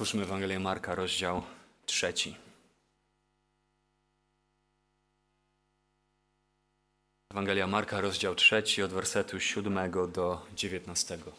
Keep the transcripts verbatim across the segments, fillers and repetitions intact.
Otwórzmy Ewangelię Marka, rozdział trzeci. Ewangelia Marka, rozdział trzeci, od wersetu siódmego do dziewiętnastego.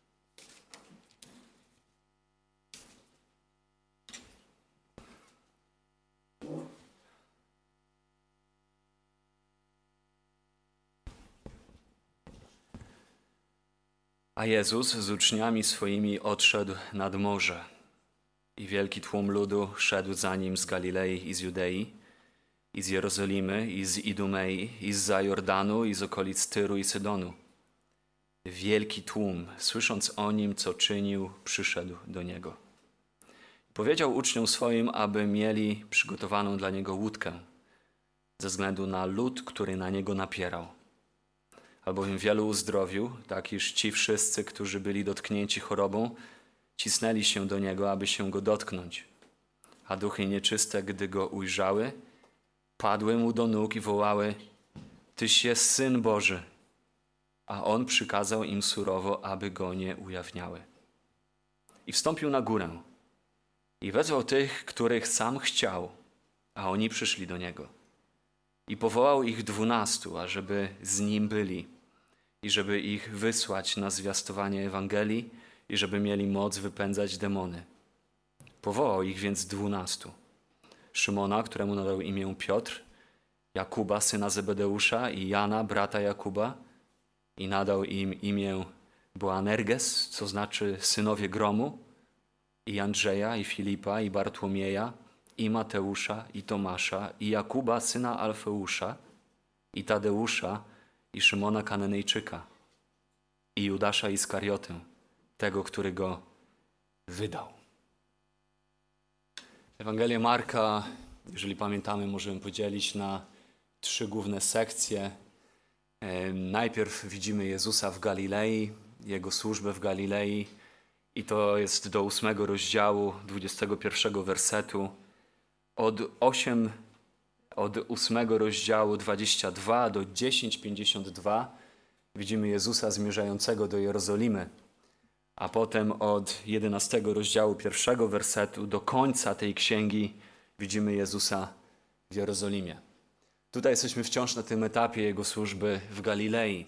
A Jezus z uczniami swoimi odszedł nad morze i wielki tłum ludu szedł za nim z Galilei i z Judei, i z Jerozolimy, i z Idumei, i zza Jordanu, i z okolic Tyru i Sydonu. Wielki tłum, słysząc o nim, co czynił, przyszedł do niego. Powiedział uczniom swoim, aby mieli przygotowaną dla niego łódkę, ze względu na lud, który na niego napierał. Albowiem wielu uzdrowił, tak iż ci wszyscy, którzy byli dotknięci chorobą, cisnęli się do niego, aby się go dotknąć. A duchy nieczyste, gdy go ujrzały, padły mu do nóg i wołały: Tyś jest Syn Boży. A on przykazał im surowo, aby go nie ujawniały. I wstąpił na górę i wezwał tych, których sam chciał, a oni przyszli do niego. I powołał ich dwunastu, ażeby z nim byli i żeby ich wysłać na zwiastowanie Ewangelii i żeby mieli moc wypędzać demony. Powołał ich więc dwunastu. Szymona, któremu nadał imię Piotr, Jakuba, syna Zebedeusza, i Jana, brata Jakuba, i nadał im imię Boanerges, co znaczy synowie gromu, i Andrzeja, i Filipa, i Bartłomieja, i Mateusza, i Tomasza, i Jakuba, syna Alfeusza, i Tadeusza, i Szymona Kananejczyka, i Judasza Iskariotę, tego, który go wydał. Ewangelię Marka, jeżeli pamiętamy, możemy podzielić na trzy główne sekcje. Najpierw widzimy Jezusa w Galilei, Jego służbę w Galilei, i to jest do ósmego rozdziału, dwudziestego pierwszego wersetu. Od, osiem, od ósmego rozdziału dwadzieścia dwa do dziesięć pięćdziesiąt dwa widzimy Jezusa zmierzającego do Jerozolimy, a potem od jedenastego rozdziału pierwszego wersetu do końca tej księgi widzimy Jezusa w Jerozolimie. Tutaj jesteśmy wciąż na tym etapie Jego służby w Galilei.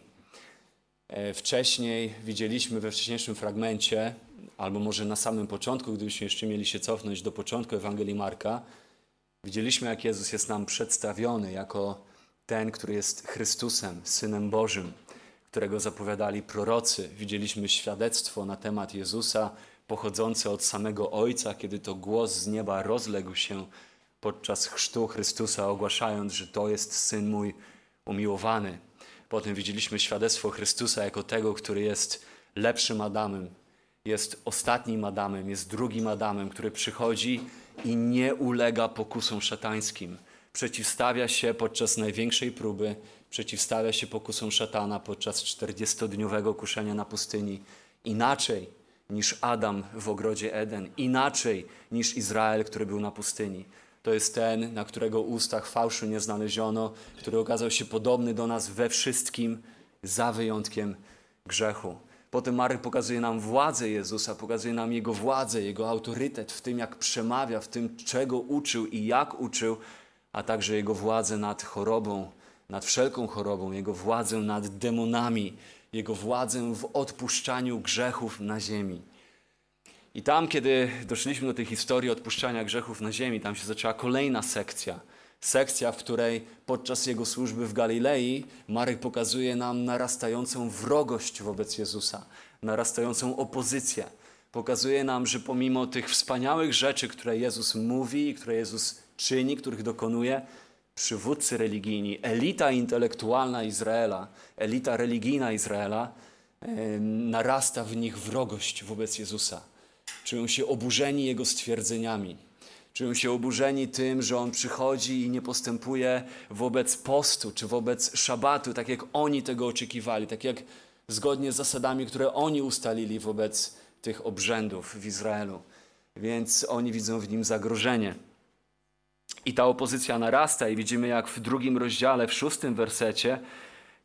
Wcześniej widzieliśmy we wcześniejszym fragmencie, albo może na samym początku, gdybyśmy jeszcze mieli się cofnąć do początku Ewangelii Marka, widzieliśmy, jak Jezus jest nam przedstawiony jako ten, który jest Chrystusem, Synem Bożym, którego zapowiadali prorocy. Widzieliśmy świadectwo na temat Jezusa pochodzące od samego Ojca, kiedy to głos z nieba rozległ się podczas chrztu Chrystusa, ogłaszając, że to jest Syn mój umiłowany. Potem widzieliśmy świadectwo Chrystusa jako tego, który jest lepszym Adamem, jest ostatnim Adamem, jest drugim Adamem, który przychodzi i nie ulega pokusom szatańskim. Przeciwstawia się podczas największej próby, przeciwstawia się pokusom szatana podczas czterdziestodniowego kuszenia na pustyni. Inaczej niż Adam w ogrodzie Eden, inaczej niż Izrael, który był na pustyni. To jest ten, na którego ustach fałszu nie znaleziono, który okazał się podobny do nas we wszystkim, za wyjątkiem grzechu. Potem Marek pokazuje nam władzę Jezusa, pokazuje nam Jego władzę, Jego autorytet w tym, jak przemawia, w tym, czego uczył i jak uczył, a także Jego władzę nad chorobą, nad wszelką chorobą, Jego władzę nad demonami, Jego władzę w odpuszczaniu grzechów na ziemi. I tam, kiedy doszliśmy do tej historii odpuszczania grzechów na ziemi, tam się zaczęła kolejna sekcja. Sekcja, w której podczas Jego służby w Galilei Marek pokazuje nam narastającą wrogość wobec Jezusa, narastającą opozycję. Pokazuje nam, że pomimo tych wspaniałych rzeczy, które Jezus mówi i które Jezus czyni, których dokonuje, przywódcy religijni, elita intelektualna Izraela, elita religijna Izraela, yy, narasta w nich wrogość wobec Jezusa. Czują się oburzeni Jego stwierdzeniami. Czują się oburzeni tym, że On przychodzi i nie postępuje wobec postu czy wobec szabatu, tak jak oni tego oczekiwali, tak jak zgodnie z zasadami, które oni ustalili wobec tych obrzędów w Izraelu. Więc oni widzą w Nim zagrożenie. I ta opozycja narasta i widzimy, jak w drugim rozdziale, w szóstym wersecie,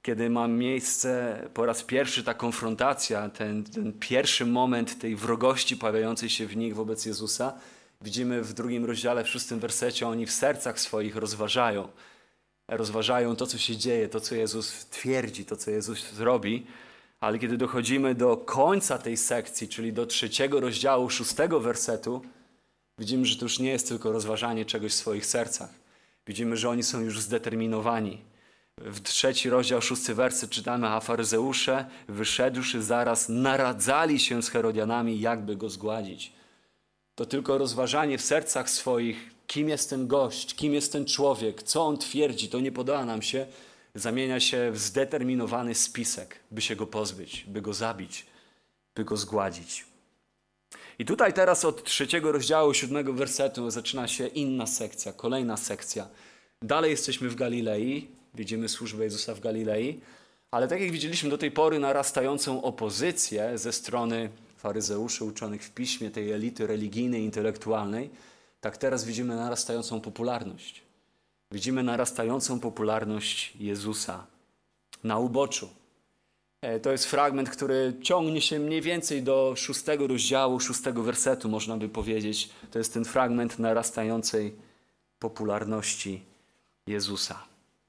kiedy ma miejsce po raz pierwszy ta konfrontacja, ten, ten pierwszy moment tej wrogości pojawiającej się w nich wobec Jezusa, widzimy w drugim rozdziale, w szóstym wersecie, oni w sercach swoich rozważają. Rozważają to, co się dzieje, to, co Jezus twierdzi, to, co Jezus zrobi. Ale kiedy dochodzimy do końca tej sekcji, czyli do trzeciego rozdziału, szóstego wersetu, widzimy, że to już nie jest tylko rozważanie czegoś w swoich sercach. Widzimy, że oni są już zdeterminowani. W trzeci rozdział, szósty werset czytamy, a faryzeusze, wyszedłszy zaraz, naradzali się z Herodianami, jakby go zgładzić. To tylko rozważanie w sercach swoich, kim jest ten gość, kim jest ten człowiek, co on twierdzi, to nie podoba nam się, zamienia się w zdeterminowany spisek, by się go pozbyć, by go zabić, by go zgładzić. I tutaj teraz od trzeciego rozdziału, siódmego wersetu zaczyna się inna sekcja, kolejna sekcja. Dalej jesteśmy w Galilei, widzimy służbę Jezusa w Galilei, ale tak jak widzieliśmy do tej pory narastającą opozycję ze strony faryzeuszy uczonych w piśmie, tej elity religijnej, intelektualnej, tak teraz widzimy narastającą popularność. Widzimy narastającą popularność Jezusa na uboczu. To jest fragment, który ciągnie się mniej więcej do szóstego rozdziału, szóstego wersetu, można by powiedzieć. To jest ten fragment narastającej popularności Jezusa.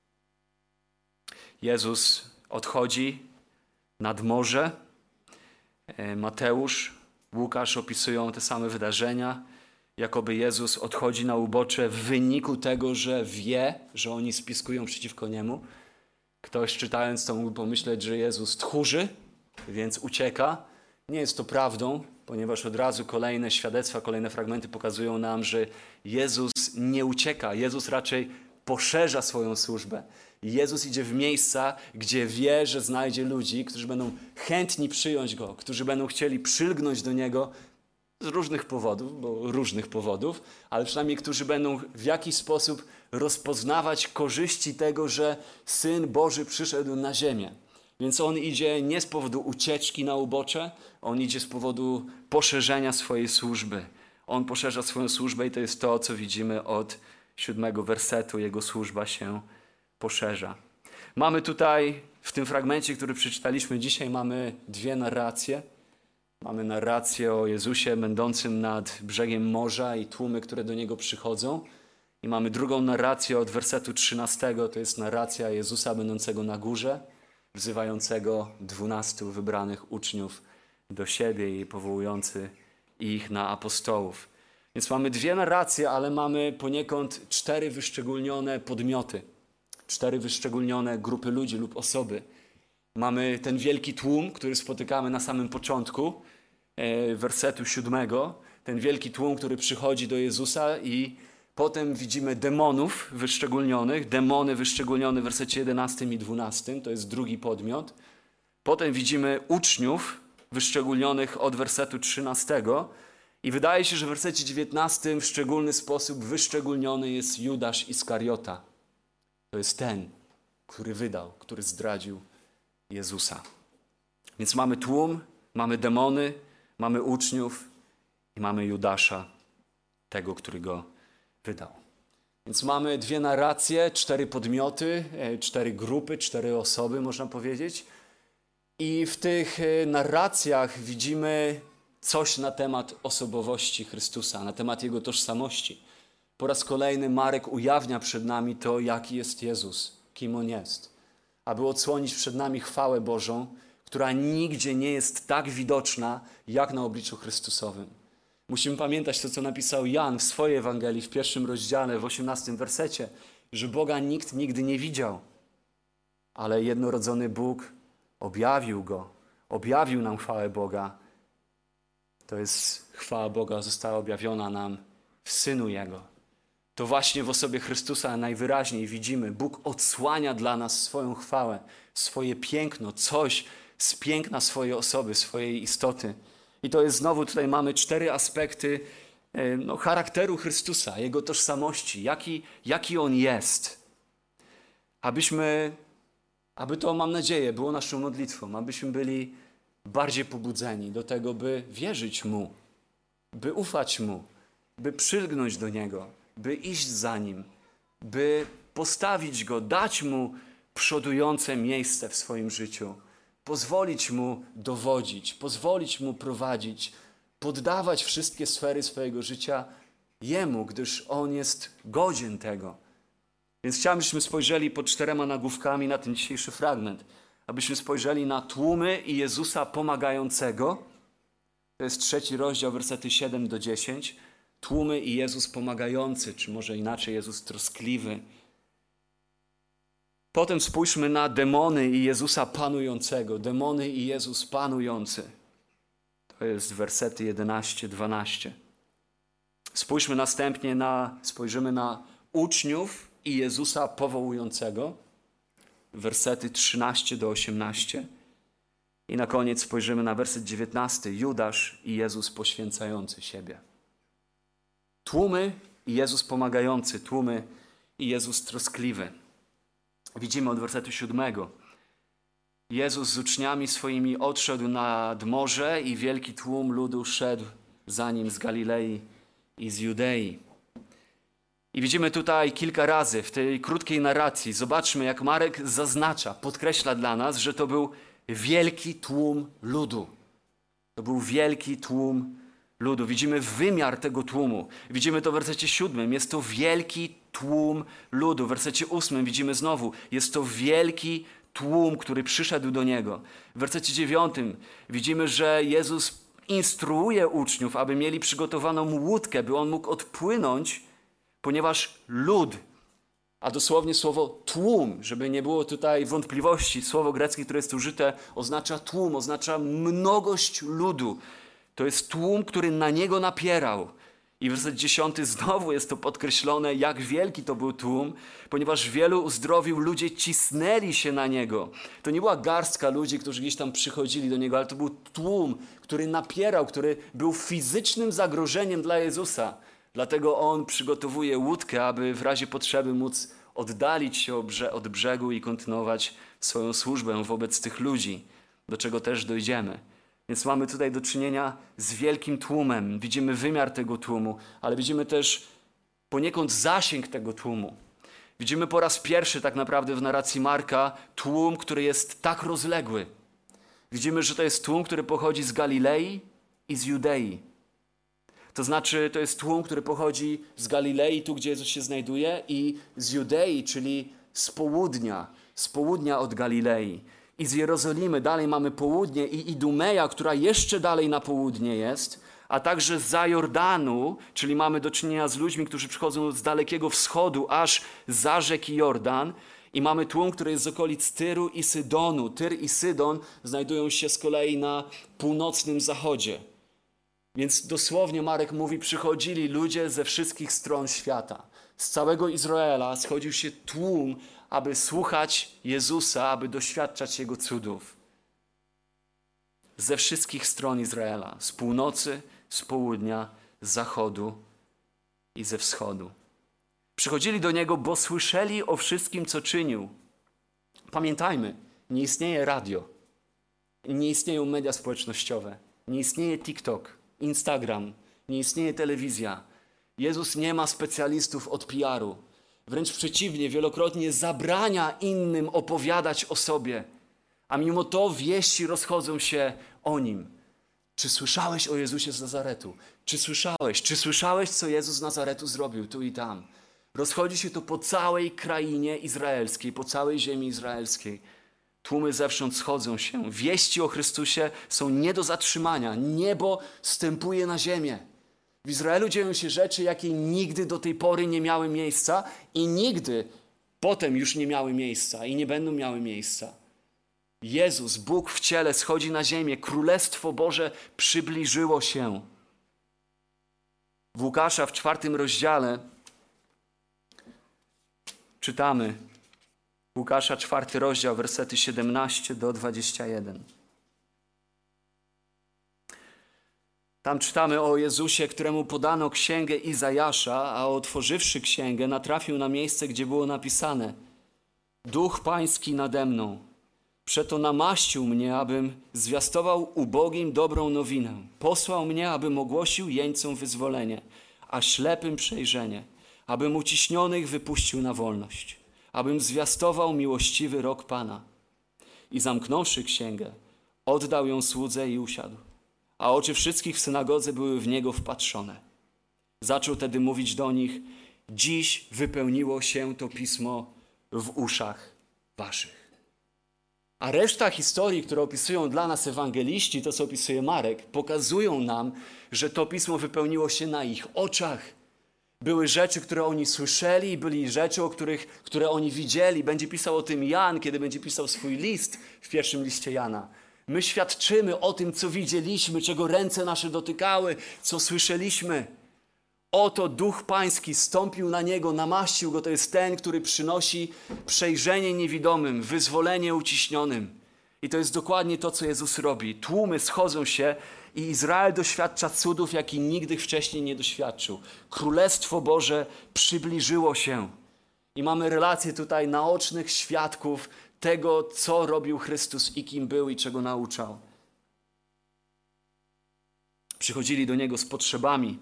Jezus odchodzi nad morze. Mateusz, Łukasz opisują te same wydarzenia. Jakoby Jezus odchodzi na ubocze w wyniku tego, że wie, że oni spiskują przeciwko Niemu. Ktoś czytając to mógł pomyśleć, że Jezus tchórzy, więc ucieka. Nie jest to prawdą, ponieważ od razu kolejne świadectwa, kolejne fragmenty pokazują nam, że Jezus nie ucieka. Jezus raczej poszerza swoją służbę. Jezus idzie w miejsca, gdzie wie, że znajdzie ludzi, którzy będą chętni przyjąć Go, którzy będą chcieli przylgnąć do Niego z różnych powodów, bo różnych powodów, ale przynajmniej którzy będą w jakiś sposób rozpoznawać korzyści tego, że Syn Boży przyszedł na ziemię. Więc On idzie nie z powodu ucieczki na ubocze, On idzie z powodu poszerzenia swojej służby. On poszerza swoją służbę i to jest to, co widzimy od siódmego wersetu. Jego służba się poszerza. Mamy tutaj, w tym fragmencie, który przeczytaliśmy dzisiaj, mamy dwie narracje. Mamy narrację o Jezusie będącym nad brzegiem morza i tłumy, które do Niego przychodzą. I mamy drugą narrację od wersetu trzynastego. To jest narracja Jezusa będącego na górze, wzywającego dwunastu wybranych uczniów do siebie i powołujący ich na apostołów. Więc mamy dwie narracje, ale mamy poniekąd cztery wyszczególnione podmioty. Cztery wyszczególnione grupy ludzi lub osoby. Mamy ten wielki tłum, który spotykamy na samym początku e, wersetu siódmego. Ten wielki tłum, który przychodzi do Jezusa i potem widzimy demonów wyszczególnionych. Demony wyszczególnione w wersecie jedenastym i dwunastym. To jest drugi podmiot. Potem widzimy uczniów wyszczególnionych od wersetu trzynastego. I wydaje się, że w wersecie dziewiętnastym w szczególny sposób wyszczególniony jest Judasz Iskariota. To jest ten, który wydał, który zdradził Jezusa. Więc mamy tłum, mamy demony, mamy uczniów i mamy Judasza, tego, który go wydał. Więc mamy dwie narracje, cztery podmioty, cztery grupy, cztery osoby, można powiedzieć. I w tych narracjach widzimy coś na temat osobowości Chrystusa, na temat Jego tożsamości. Po raz kolejny Marek ujawnia przed nami to, jaki jest Jezus, kim On jest. Aby odsłonić przed nami chwałę Bożą, która nigdzie nie jest tak widoczna, jak na obliczu Chrystusowym. Musimy pamiętać to, co napisał Jan w swojej Ewangelii, w pierwszym rozdziale, w osiemnastym wersecie, że Boga nikt nigdy nie widział, ale jednorodzony Bóg objawił Go, objawił nam chwałę Boga. To jest chwała Boga, została objawiona nam w Synu Jego. To właśnie w osobie Chrystusa najwyraźniej widzimy, Bóg odsłania dla nas swoją chwałę, swoje piękno, coś z piękna swojej osoby, swojej istoty. I to jest znowu, tutaj mamy cztery aspekty no, charakteru Chrystusa, Jego tożsamości, jaki, jaki On jest. Abyśmy, aby to, mam nadzieję, było naszą modlitwą, abyśmy byli bardziej pobudzeni do tego, by wierzyć Mu, by ufać Mu, by przylgnąć do Niego, by iść za Nim, by postawić Go, dać Mu przodujące miejsce w swoim życiu. Pozwolić Mu dowodzić, pozwolić Mu prowadzić, poddawać wszystkie sfery swojego życia Jemu, gdyż On jest godzien tego. Więc chciałbym, byśmy spojrzeli pod czterema nagłówkami na ten dzisiejszy fragment. Abyśmy spojrzeli na tłumy i Jezusa pomagającego. To jest trzeci rozdział, wersety siedem do dziesięć. Tłumy i Jezus pomagający, czy może inaczej Jezus troskliwy. Potem spójrzmy na demony i Jezusa panującego. Demony i Jezus panujący. To jest wersety jedenaście do dwunastu. Spójrzmy następnie na, spojrzymy na uczniów i Jezusa powołującego. Wersety trzynaście do osiemnastu. I na koniec spojrzymy na werset dziewiętnasty. Judasz i Jezus poświęcający siebie. Tłumy i Jezus pomagający. Tłumy i Jezus troskliwy. Widzimy od wersetu siódmego. Jezus z uczniami swoimi odszedł nad morze i wielki tłum ludu szedł za Nim z Galilei i z Judei. I widzimy tutaj kilka razy w tej krótkiej narracji. Zobaczmy, jak Marek zaznacza, podkreśla dla nas, że to był wielki tłum ludu. To był wielki tłum ludu. Widzimy wymiar tego tłumu. Widzimy to w wersecie siódmym. Jest to wielki tłum ludu. W wersecie ósmym widzimy znowu. Jest to wielki tłum, który przyszedł do Niego. W wersecie dziewiątym widzimy, że Jezus instruuje uczniów, aby mieli przygotowaną łódkę, by On mógł odpłynąć, ponieważ lud, a dosłownie słowo tłum, żeby nie było tutaj wątpliwości, słowo greckie, które jest użyte, oznacza tłum, oznacza mnogość ludu. To jest tłum, który na Niego napierał. I w werset dziesiątym znowu jest to podkreślone, jak wielki to był tłum, ponieważ wielu uzdrowił, ludzie cisnęli się na Niego. To nie była garstka ludzi, którzy gdzieś tam przychodzili do Niego, ale to był tłum, który napierał, który był fizycznym zagrożeniem dla Jezusa. Dlatego On przygotowuje łódkę, aby w razie potrzeby móc oddalić się od brzegu i kontynuować swoją służbę wobec tych ludzi, do czego też dojdziemy. Więc mamy tutaj do czynienia z wielkim tłumem. Widzimy wymiar tego tłumu, ale widzimy też poniekąd zasięg tego tłumu. Widzimy po raz pierwszy tak naprawdę w narracji Marka tłum, który jest tak rozległy. Widzimy, że to jest tłum, który pochodzi z Galilei i z Judei. To znaczy, to jest tłum, który pochodzi z Galilei, tu gdzie Jezus się znajduje, i z Judei, czyli z południa, z południa od Galilei. I z Jerozolimy dalej mamy południe i Idumeja, która jeszcze dalej na południe jest, a także za Jordanu, czyli mamy do czynienia z ludźmi, którzy przychodzą z dalekiego wschodu, aż za rzeki Jordan. I mamy tłum, który jest z okolic Tyru i Sydonu. Tyr i Sydon znajdują się z kolei na północnym zachodzie. Więc dosłownie Marek mówi, przychodzili ludzie ze wszystkich stron świata. Z całego Izraela schodził się tłum, aby słuchać Jezusa, aby doświadczać Jego cudów. Ze wszystkich stron Izraela, z północy, z południa, z zachodu i ze wschodu. Przychodzili do Niego, bo słyszeli o wszystkim, co czynił. Pamiętajmy, nie istnieje radio, nie istnieją media społecznościowe, nie istnieje TikTok, Instagram, nie istnieje telewizja. Jezus nie ma specjalistów od P R-u. Wręcz przeciwnie, wielokrotnie zabrania innym opowiadać o sobie. A mimo to wieści rozchodzą się o Nim. Czy słyszałeś o Jezusie z Nazaretu? Czy słyszałeś? Czy słyszałeś, co Jezus z Nazaretu zrobił tu i tam? Rozchodzi się to po całej krainie izraelskiej, po całej ziemi izraelskiej. Tłumy zewsząd schodzą się. Wieści o Chrystusie są nie do zatrzymania. Niebo stępuje na ziemię. W Izraelu dzieją się rzeczy, jakie nigdy do tej pory nie miały miejsca i nigdy potem już nie miały miejsca i nie będą miały miejsca. Jezus, Bóg w ciele, schodzi na ziemię. Królestwo Boże przybliżyło się. W Łukasza w czwartym rozdziale czytamy, Łukasza czwarty rozdział, wersety siedemnaście do dwudziestego pierwszego. Tam czytamy o Jezusie, któremu podano księgę Izajasza, a otworzywszy księgę, natrafił na miejsce, gdzie było napisane: Duch Pański nade mną, przeto namaścił mnie, abym zwiastował ubogim dobrą nowinę. Posłał mnie, abym ogłosił jeńcom wyzwolenie, a ślepym przejrzenie, abym uciśnionych wypuścił na wolność, abym zwiastował miłościwy rok Pana. I zamknąwszy księgę, oddał ją słudze i usiadł, a oczy wszystkich w synagodze były w niego wpatrzone. Zaczął tedy mówić do nich: dziś wypełniło się to pismo w uszach waszych. A reszta historii, które opisują dla nas ewangeliści, to co opisuje Marek, pokazują nam, że to pismo wypełniło się na ich oczach. Były rzeczy, które oni słyszeli, byli rzeczy, o których, które oni widzieli. Będzie pisał o tym Jan, kiedy będzie pisał swój list w pierwszym liście Jana. My świadczymy o tym, co widzieliśmy, czego ręce nasze dotykały, co słyszeliśmy. Oto Duch Pański stąpił na Niego, namaścił Go. To jest ten, który przynosi przejrzenie niewidomym, wyzwolenie uciśnionym. I to jest dokładnie to, co Jezus robi. Tłumy schodzą się i Izrael doświadcza cudów, jakich nigdy wcześniej nie doświadczył. Królestwo Boże przybliżyło się. I mamy relacje tutaj naocznych świadków tego, co robił Chrystus i kim był i czego nauczał. Przychodzili do Niego z potrzebami.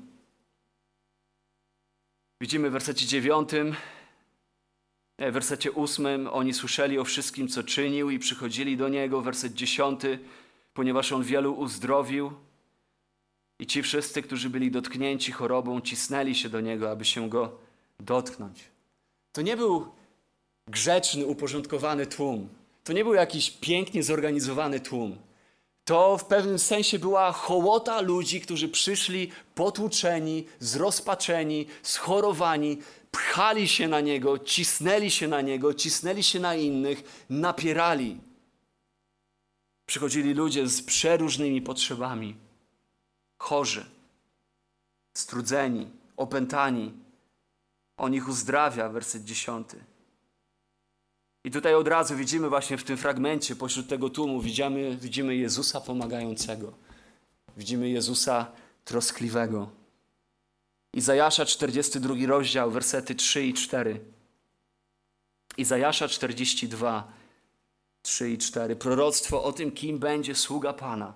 Widzimy w wersecie dziewiątym, w wersecie ósmym, oni słyszeli o wszystkim, co czynił i przychodzili do Niego. Werset dziesiąty, ponieważ On wielu uzdrowił i ci wszyscy, którzy byli dotknięci chorobą, cisnęli się do Niego, aby się Go dotknąć. To nie był grzeczny, uporządkowany tłum. To nie był jakiś pięknie zorganizowany tłum. To w pewnym sensie była hołota ludzi, którzy przyszli potłuczeni, zrozpaczeni, schorowani, pchali się na Niego, cisnęli się na Niego, cisnęli się na innych, napierali. Przychodzili ludzie z przeróżnymi potrzebami. Chorzy, strudzeni, opętani. On ich uzdrawia, werset dziesiąty. I tutaj od razu widzimy właśnie w tym fragmencie, pośród tego tłumu, widzimy, widzimy Jezusa pomagającego. Widzimy Jezusa troskliwego. Izajasza czterdziesty drugi rozdział, wersety trzy i cztery. Izajasza czterdzieści dwa, trzy i cztery. Proroctwo o tym, kim będzie sługa Pana.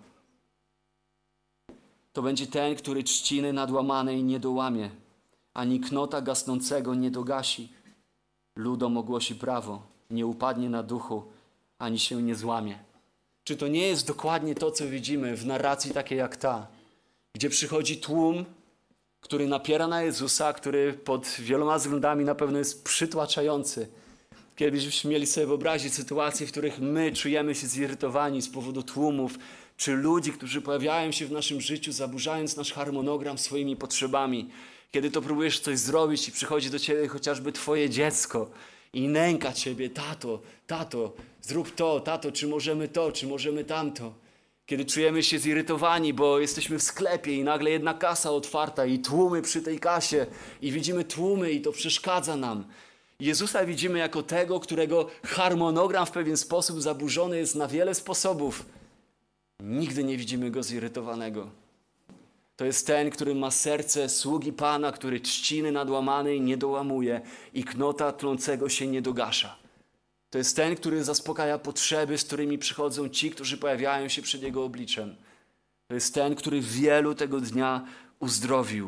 To będzie ten, który trzciny nadłamanej nie dołamie, ani knota gasnącego nie dogasi. Ludom ogłosi prawo, nie upadnie na duchu, ani się nie złamie. Czy to nie jest dokładnie to, co widzimy w narracji takiej jak ta, gdzie przychodzi tłum, który napiera na Jezusa, który pod wieloma względami na pewno jest przytłaczający. Kiedybyśmy mieli sobie wyobrazić sytuacje, w których my czujemy się zirytowani z powodu tłumów, czy ludzi, którzy pojawiają się w naszym życiu, zaburzając nasz harmonogram swoimi potrzebami. Kiedy to próbujesz coś zrobić i przychodzi do ciebie chociażby twoje dziecko i nęka ciebie: tato, tato, zrób to, tato, czy możemy to, czy możemy tamto. Kiedy czujemy się zirytowani, bo jesteśmy w sklepie i nagle jedna kasa otwarta i tłumy przy tej kasie i widzimy tłumy i to przeszkadza nam. Jezusa widzimy jako tego, którego harmonogram w pewien sposób zaburzony jest na wiele sposobów. Nigdy nie widzimy Go zirytowanego. To jest ten, który ma serce sługi Pana, który trzciny nadłamanej nie dołamuje i knota tlącego się nie dogasza. To jest ten, który zaspokaja potrzeby, z którymi przychodzą ci, którzy pojawiają się przed Jego obliczem. To jest ten, który wielu tego dnia uzdrowił.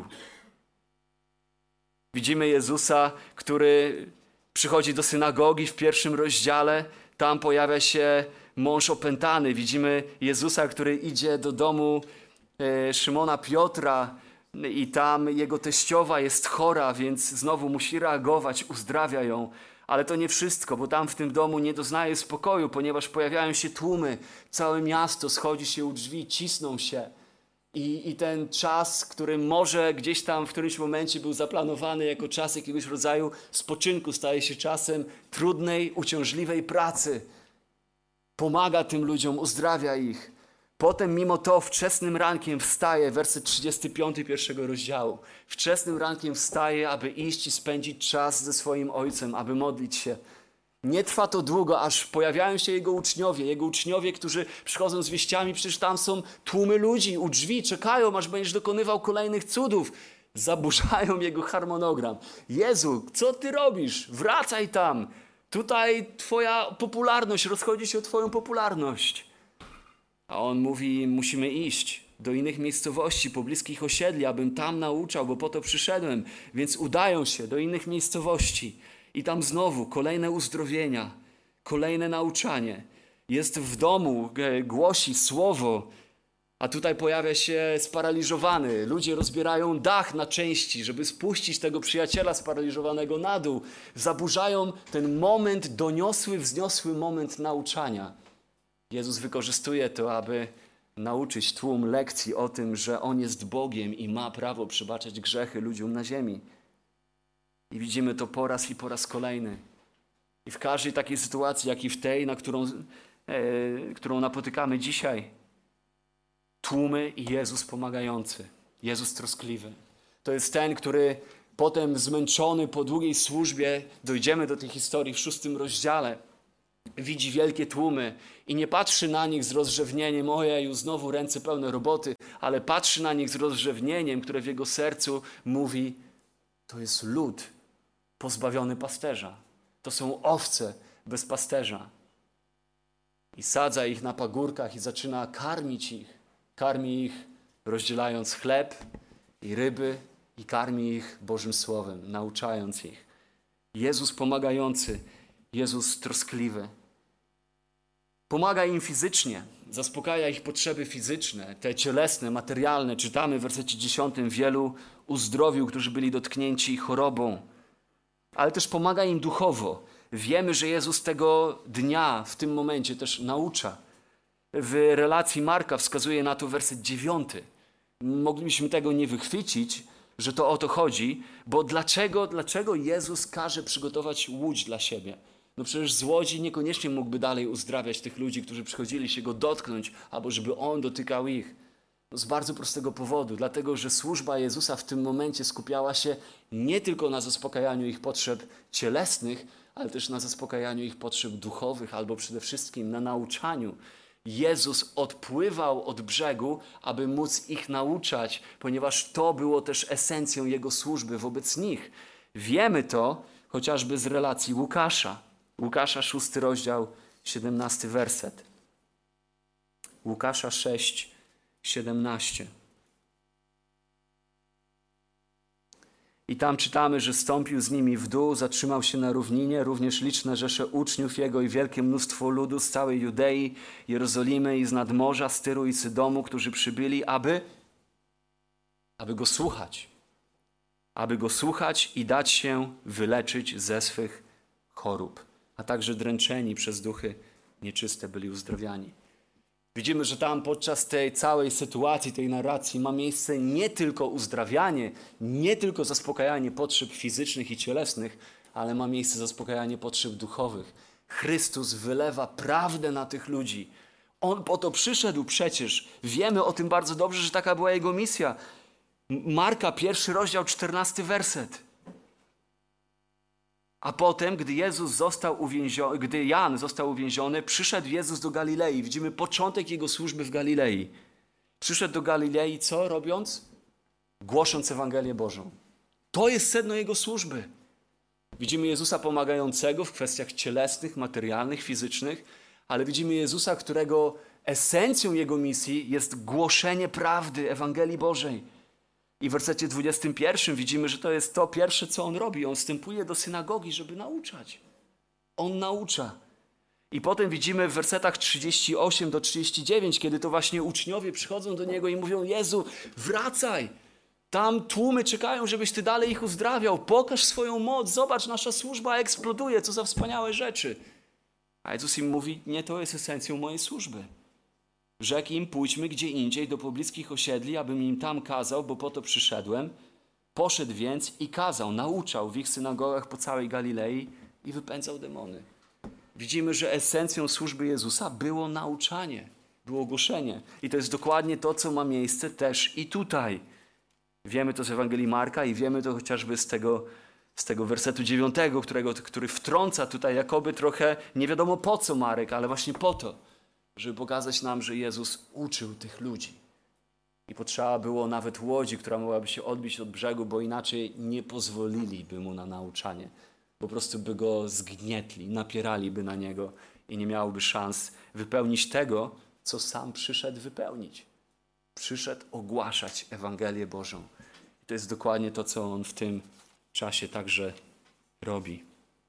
Widzimy Jezusa, który przychodzi do synagogi w pierwszym rozdziale. Tam pojawia się mąż opętany. Widzimy Jezusa, który idzie do domu e, Szymona Piotra i tam jego teściowa jest chora, więc znowu musi reagować, uzdrawia ją. Ale to nie wszystko, bo tam w tym domu nie doznaje spokoju, ponieważ pojawiają się tłumy. Całe miasto schodzi się u drzwi, cisną się. I, I ten czas, który może gdzieś tam w którymś momencie był zaplanowany jako czas jakiegoś rodzaju spoczynku, staje się czasem trudnej, uciążliwej pracy. Pomaga tym ludziom, uzdrawia ich. Potem mimo to wczesnym rankiem wstaje, werset trzydziesty piąty pierwszego rozdziału. Wczesnym rankiem wstaje, aby iść i spędzić czas ze swoim Ojcem, aby modlić się. Nie trwa to długo, aż pojawiają się Jego uczniowie. Jego uczniowie, którzy przychodzą z wieściami, przecież tam są tłumy ludzi u drzwi, czekają, aż będziesz dokonywał kolejnych cudów. Zaburzają Jego harmonogram. Jezu, co Ty robisz? Wracaj tam. Tutaj Twoja popularność, rozchodzi się o Twoją popularność. A On mówi: musimy iść do innych miejscowości, pobliskich osiedli, abym tam nauczał, bo po to przyszedłem. Więc udają się do innych miejscowości. I tam znowu kolejne uzdrowienia, kolejne nauczanie. Jest w domu, głosi słowo, a tutaj pojawia się sparaliżowany. Ludzie rozbierają dach na części, żeby spuścić tego przyjaciela sparaliżowanego na dół. Zaburzają ten moment, doniosły, wzniosły moment nauczania. Jezus wykorzystuje to, aby nauczyć tłum lekcji o tym, że On jest Bogiem i ma prawo przebaczać grzechy ludziom na ziemi. I widzimy to po raz i po raz kolejny. I w każdej takiej sytuacji, jak i w tej, na którą, e, którą napotykamy dzisiaj, tłumy i Jezus pomagający, Jezus troskliwy. To jest ten, który potem zmęczony po długiej służbie, dojdziemy do tej historii w szóstym rozdziale, widzi wielkie tłumy i nie patrzy na nich z rozrzewnieniem, ojeju, znowu ręce pełne roboty, ale patrzy na nich z rozrzewnieniem, które w jego sercu mówi, to jest lud pozbawiony pasterza. To są owce bez pasterza. I sadza ich na pagórkach i zaczyna karmić ich. Karmi ich, rozdzielając chleb i ryby i karmi ich Bożym Słowem, nauczając ich. Jezus pomagający, Jezus troskliwy. Pomaga im fizycznie, zaspokaja ich potrzeby fizyczne, te cielesne, materialne. Czytamy w wersecie dziesiątym, wielu uzdrowił, którzy byli dotknięci chorobą. Ale też pomaga im duchowo. Wiemy, że Jezus tego dnia, w tym momencie też naucza. W relacji Marka wskazuje na to werset dziewiąty. Moglibyśmy tego nie wychwycić, że to o to chodzi, bo dlaczego, dlaczego Jezus każe przygotować łódź dla siebie? No przecież z łodzi niekoniecznie mógłby dalej uzdrawiać tych ludzi, którzy przychodzili się Go dotknąć, albo żeby On dotykał ich. No z bardzo prostego powodu, dlatego że służba Jezusa w tym momencie skupiała się nie tylko na zaspokajaniu ich potrzeb cielesnych, ale też na zaspokajaniu ich potrzeb duchowych, albo przede wszystkim na nauczaniu. Jezus odpływał od brzegu, aby móc ich nauczać, ponieważ to było też esencją Jego służby wobec nich. Wiemy to chociażby z relacji Łukasza. Łukasza, szósty rozdział, siedemnasty werset. Łukasza sześć, siedemnaście. I tam czytamy, że stąpił z nimi w dół, zatrzymał się na równinie, również liczne rzesze uczniów Jego i wielkie mnóstwo ludu z całej Judei, Jerozolimy i z nadmorza, z Tyru i Sydomu, którzy przybyli, aby, aby Go słuchać. Aby Go słuchać i dać się wyleczyć ze swych chorób. A także dręczeni przez duchy nieczyste byli uzdrawiani. Widzimy, że tam podczas tej całej sytuacji, tej narracji ma miejsce nie tylko uzdrawianie, nie tylko zaspokajanie potrzeb fizycznych i cielesnych, ale ma miejsce zaspokajanie potrzeb duchowych. Chrystus wylewa prawdę na tych ludzi. On po to przyszedł przecież. Wiemy o tym bardzo dobrze, że taka była Jego misja. Marka, pierwszy rozdział, czternasty werset. A potem, gdy Jezus został uwięziony, gdy Jan został uwięziony, przyszedł Jezus do Galilei. Widzimy początek Jego służby w Galilei. Przyszedł do Galilei, co robiąc? Głosząc Ewangelię Bożą. To jest sedno Jego służby. Widzimy Jezusa pomagającego w kwestiach cielesnych, materialnych, fizycznych, ale widzimy Jezusa, którego esencją Jego misji jest głoszenie prawdy, Ewangelii Bożej. I w wersecie dwudziestym pierwszym widzimy, że to jest to pierwsze, co On robi. On wstępuje do synagogi, żeby nauczać. On naucza. I potem widzimy w wersetach trzydzieści osiem do trzydziestu dziewięciu, kiedy to właśnie uczniowie przychodzą do Niego i mówią: Jezu, wracaj! Tam tłumy czekają, żebyś Ty dalej ich uzdrawiał. Pokaż swoją moc, zobacz, nasza służba eksploduje, co za wspaniałe rzeczy. A Jezus im mówi: nie, to jest esencją mojej służby. Rzekł im: pójdźmy gdzie indziej do pobliskich osiedli, abym im tam kazał, bo po to przyszedłem. Poszedł więc i kazał, nauczał w ich synagogach po całej Galilei i wypędzał demony. Widzimy, że esencją służby Jezusa było nauczanie, było głoszenie. I to jest dokładnie to, co ma miejsce też i tutaj. Wiemy to z Ewangelii Marka i wiemy to chociażby z tego, z tego wersetu dziewiątego, którego, który wtrąca tutaj jakoby trochę, nie wiadomo po co Marek, ale właśnie po to, żeby pokazać nam, że Jezus uczył tych ludzi. I potrzeba było nawet łodzi, która mogłaby się odbić od brzegu, bo inaczej nie pozwoliliby mu na nauczanie. Po prostu by go zgnietli, napieraliby na niego i nie miałby szans wypełnić tego, co sam przyszedł wypełnić. Przyszedł ogłaszać Ewangelię Bożą. I to jest dokładnie to, co on w tym czasie także robi.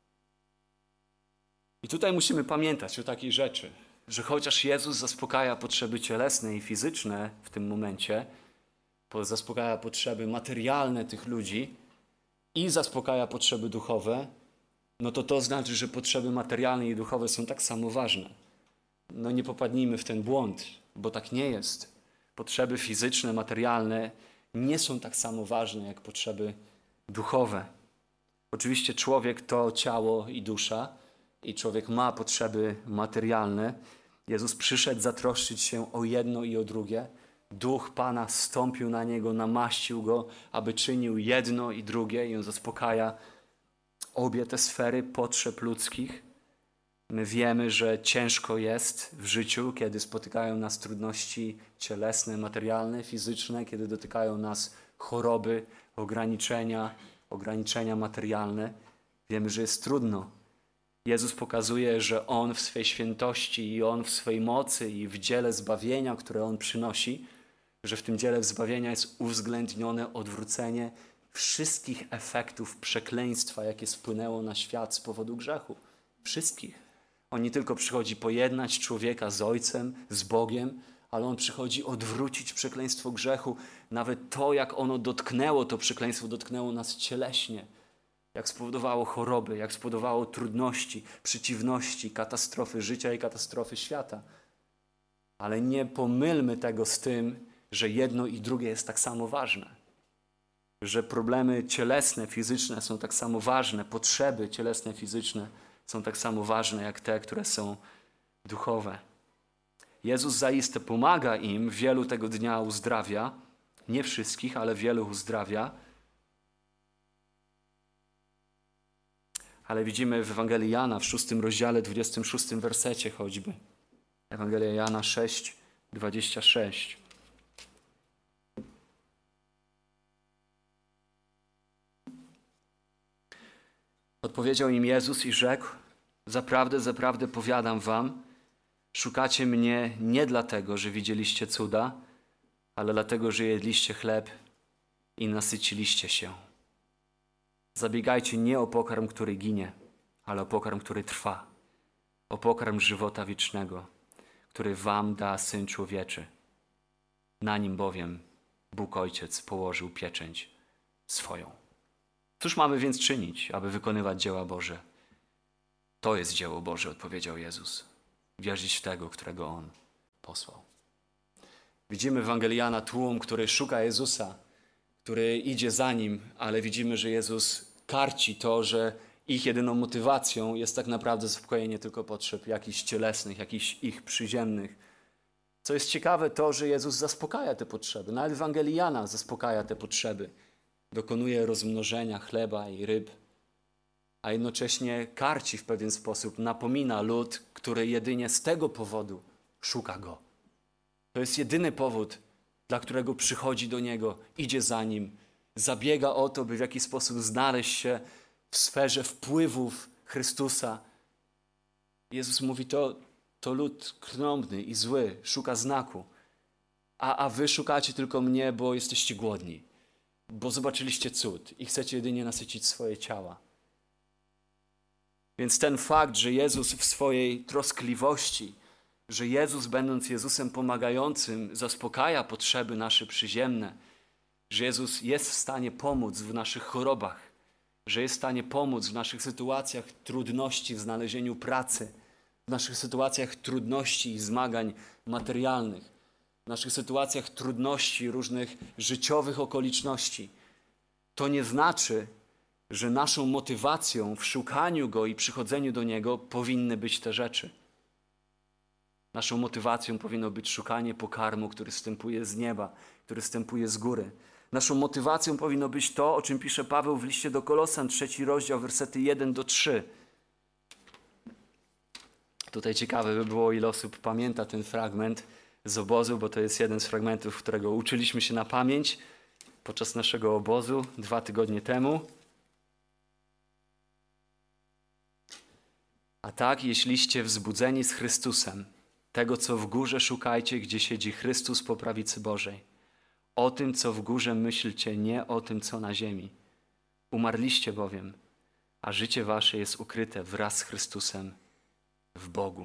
I tutaj musimy pamiętać o takiej rzeczy, że chociaż Jezus zaspokaja potrzeby cielesne i fizyczne w tym momencie, zaspokaja potrzeby materialne tych ludzi i zaspokaja potrzeby duchowe, no to to znaczy, że potrzeby materialne i duchowe są tak samo ważne. No nie popadnijmy w ten błąd, bo tak nie jest. Potrzeby fizyczne, materialne nie są tak samo ważne jak potrzeby duchowe. Oczywiście człowiek to ciało i dusza i człowiek ma potrzeby materialne. Jezus przyszedł zatroszczyć się o jedno i o drugie. Duch Pana zstąpił na Niego, namaścił Go, aby czynił jedno i drugie i On zaspokaja obie te sfery potrzeb ludzkich. My wiemy, że ciężko jest w życiu, kiedy spotykają nas trudności cielesne, materialne, fizyczne, kiedy dotykają nas choroby, ograniczenia, ograniczenia materialne. Wiemy, że jest trudno. Jezus pokazuje, że On w swej świętości i On w swej mocy i w dziele zbawienia, które On przynosi, że w tym dziele zbawienia jest uwzględnione odwrócenie wszystkich efektów przekleństwa, jakie spłynęło na świat z powodu grzechu. Wszystkich. On nie tylko przychodzi pojednać człowieka z Ojcem, z Bogiem, ale On przychodzi odwrócić przekleństwo grzechu. Nawet to, jak ono dotknęło, to przekleństwo dotknęło nas cieleśnie. Jak spowodowało choroby, jak spowodowało trudności, przeciwności, katastrofy życia i katastrofy świata. Ale nie pomylmy tego z tym, że jedno i drugie jest tak samo ważne. Że problemy cielesne, fizyczne są tak samo ważne, potrzeby cielesne, fizyczne są tak samo ważne jak te, które są duchowe. Jezus zaiste pomaga im, wielu tego dnia uzdrawia, nie wszystkich, ale wielu uzdrawia. Ale widzimy w Ewangelii Jana w szóstym rozdziale, dwudziestym szóstym wersecie choćby. Ewangelia Jana sześć, dwadzieścia sześć. Odpowiedział im Jezus i rzekł: zaprawdę, zaprawdę powiadam wam, szukacie mnie nie dlatego, że widzieliście cuda, ale dlatego, że jedliście chleb i nasyciliście się. Zabiegajcie nie o pokarm, który ginie, ale o pokarm, który trwa, o pokarm żywota wiecznego, który wam da Syn Człowieczy. Na nim bowiem Bóg Ojciec położył pieczęć swoją. Cóż mamy więc czynić, aby wykonywać dzieła Boże? To jest dzieło Boże, odpowiedział Jezus. Wierzyć w tego, którego On posłał. Widzimy w Ewangelii Jana tłum, który szuka Jezusa, który idzie za Nim, ale widzimy, że Jezus karci to, że ich jedyną motywacją jest tak naprawdę zaspokojenie tylko potrzeb jakichś cielesnych, jakichś ich przyziemnych. Co jest ciekawe, to, że Jezus zaspokaja te potrzeby. Nawet w Ewangelii Jana zaspokaja te potrzeby. Dokonuje rozmnożenia chleba i ryb, a jednocześnie karci w pewien sposób, napomina lud, który jedynie z tego powodu szuka Go. To jest jedyny powód, dla którego przychodzi do Niego, idzie za Nim, zabiega o to, by w jakiś sposób znaleźć się w sferze wpływów Chrystusa. Jezus mówi, to, to lud krnąbny i zły, szuka znaku, a, a wy szukacie tylko mnie, bo jesteście głodni, bo zobaczyliście cud i chcecie jedynie nasycić swoje ciała. Więc ten fakt, że Jezus w swojej troskliwości, że Jezus, będąc Jezusem pomagającym, zaspokaja potrzeby nasze przyziemne, że Jezus jest w stanie pomóc w naszych chorobach, że jest w stanie pomóc w naszych sytuacjach trudności w znalezieniu pracy, w naszych sytuacjach trudności i zmagań materialnych, w naszych sytuacjach trudności różnych życiowych okoliczności. To nie znaczy, że naszą motywacją w szukaniu Go i przychodzeniu do Niego powinny być te rzeczy. Naszą motywacją powinno być szukanie pokarmu, który zstępuje z nieba, który zstępuje z góry. Naszą motywacją powinno być to, o czym pisze Paweł w liście do Kolosan, trzeci rozdział, wersety jeden do trzech. Tutaj ciekawe by było, ile osób pamięta ten fragment z obozu, bo to jest jeden z fragmentów, którego uczyliśmy się na pamięć podczas naszego obozu dwa tygodnie temu. A tak, jeśliście wzbudzeni z Chrystusem, tego, co w górze szukajcie, gdzie siedzi Chrystus po prawicy Bożej. O tym, co w górze myślcie, nie o tym, co na ziemi. Umarliście bowiem, a życie wasze jest ukryte wraz z Chrystusem w Bogu.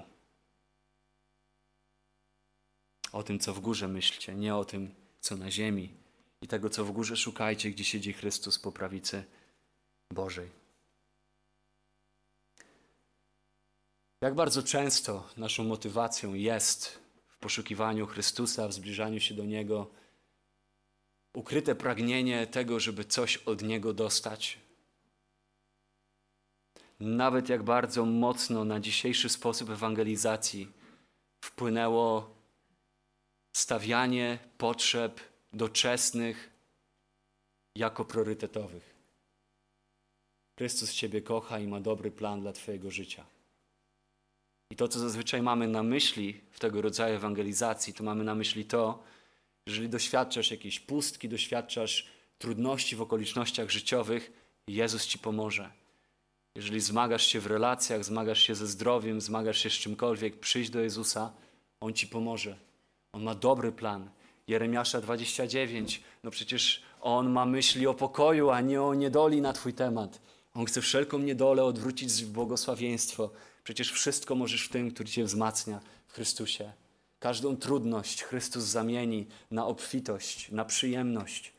O tym, co w górze myślcie, nie o tym, co na ziemi. I tego, co w górze szukajcie, gdzie siedzi Chrystus po prawicy Bożej. Jak bardzo często naszą motywacją jest w poszukiwaniu Chrystusa, w zbliżaniu się do Niego, ukryte pragnienie tego, żeby coś od Niego dostać. Nawet jak bardzo mocno na dzisiejszy sposób ewangelizacji wpłynęło stawianie potrzeb doczesnych jako priorytetowych. Chrystus Ciebie kocha i ma dobry plan dla Twojego życia. I to, co zazwyczaj mamy na myśli w tego rodzaju ewangelizacji, to mamy na myśli to, jeżeli doświadczasz jakiejś pustki, doświadczasz trudności w okolicznościach życiowych, Jezus Ci pomoże. Jeżeli zmagasz się w relacjach, zmagasz się ze zdrowiem, zmagasz się z czymkolwiek, przyjdź do Jezusa, On Ci pomoże. On ma dobry plan. Jeremiasza dwadzieścia dziewięć, no przecież On ma myśli o pokoju, a nie o niedoli na Twój temat. On chce wszelką niedolę odwrócić w błogosławieństwo. Przecież wszystko możesz w tym, który Cię wzmacnia w Chrystusie. Każdą trudność Chrystus zamieni na obfitość, na przyjemność.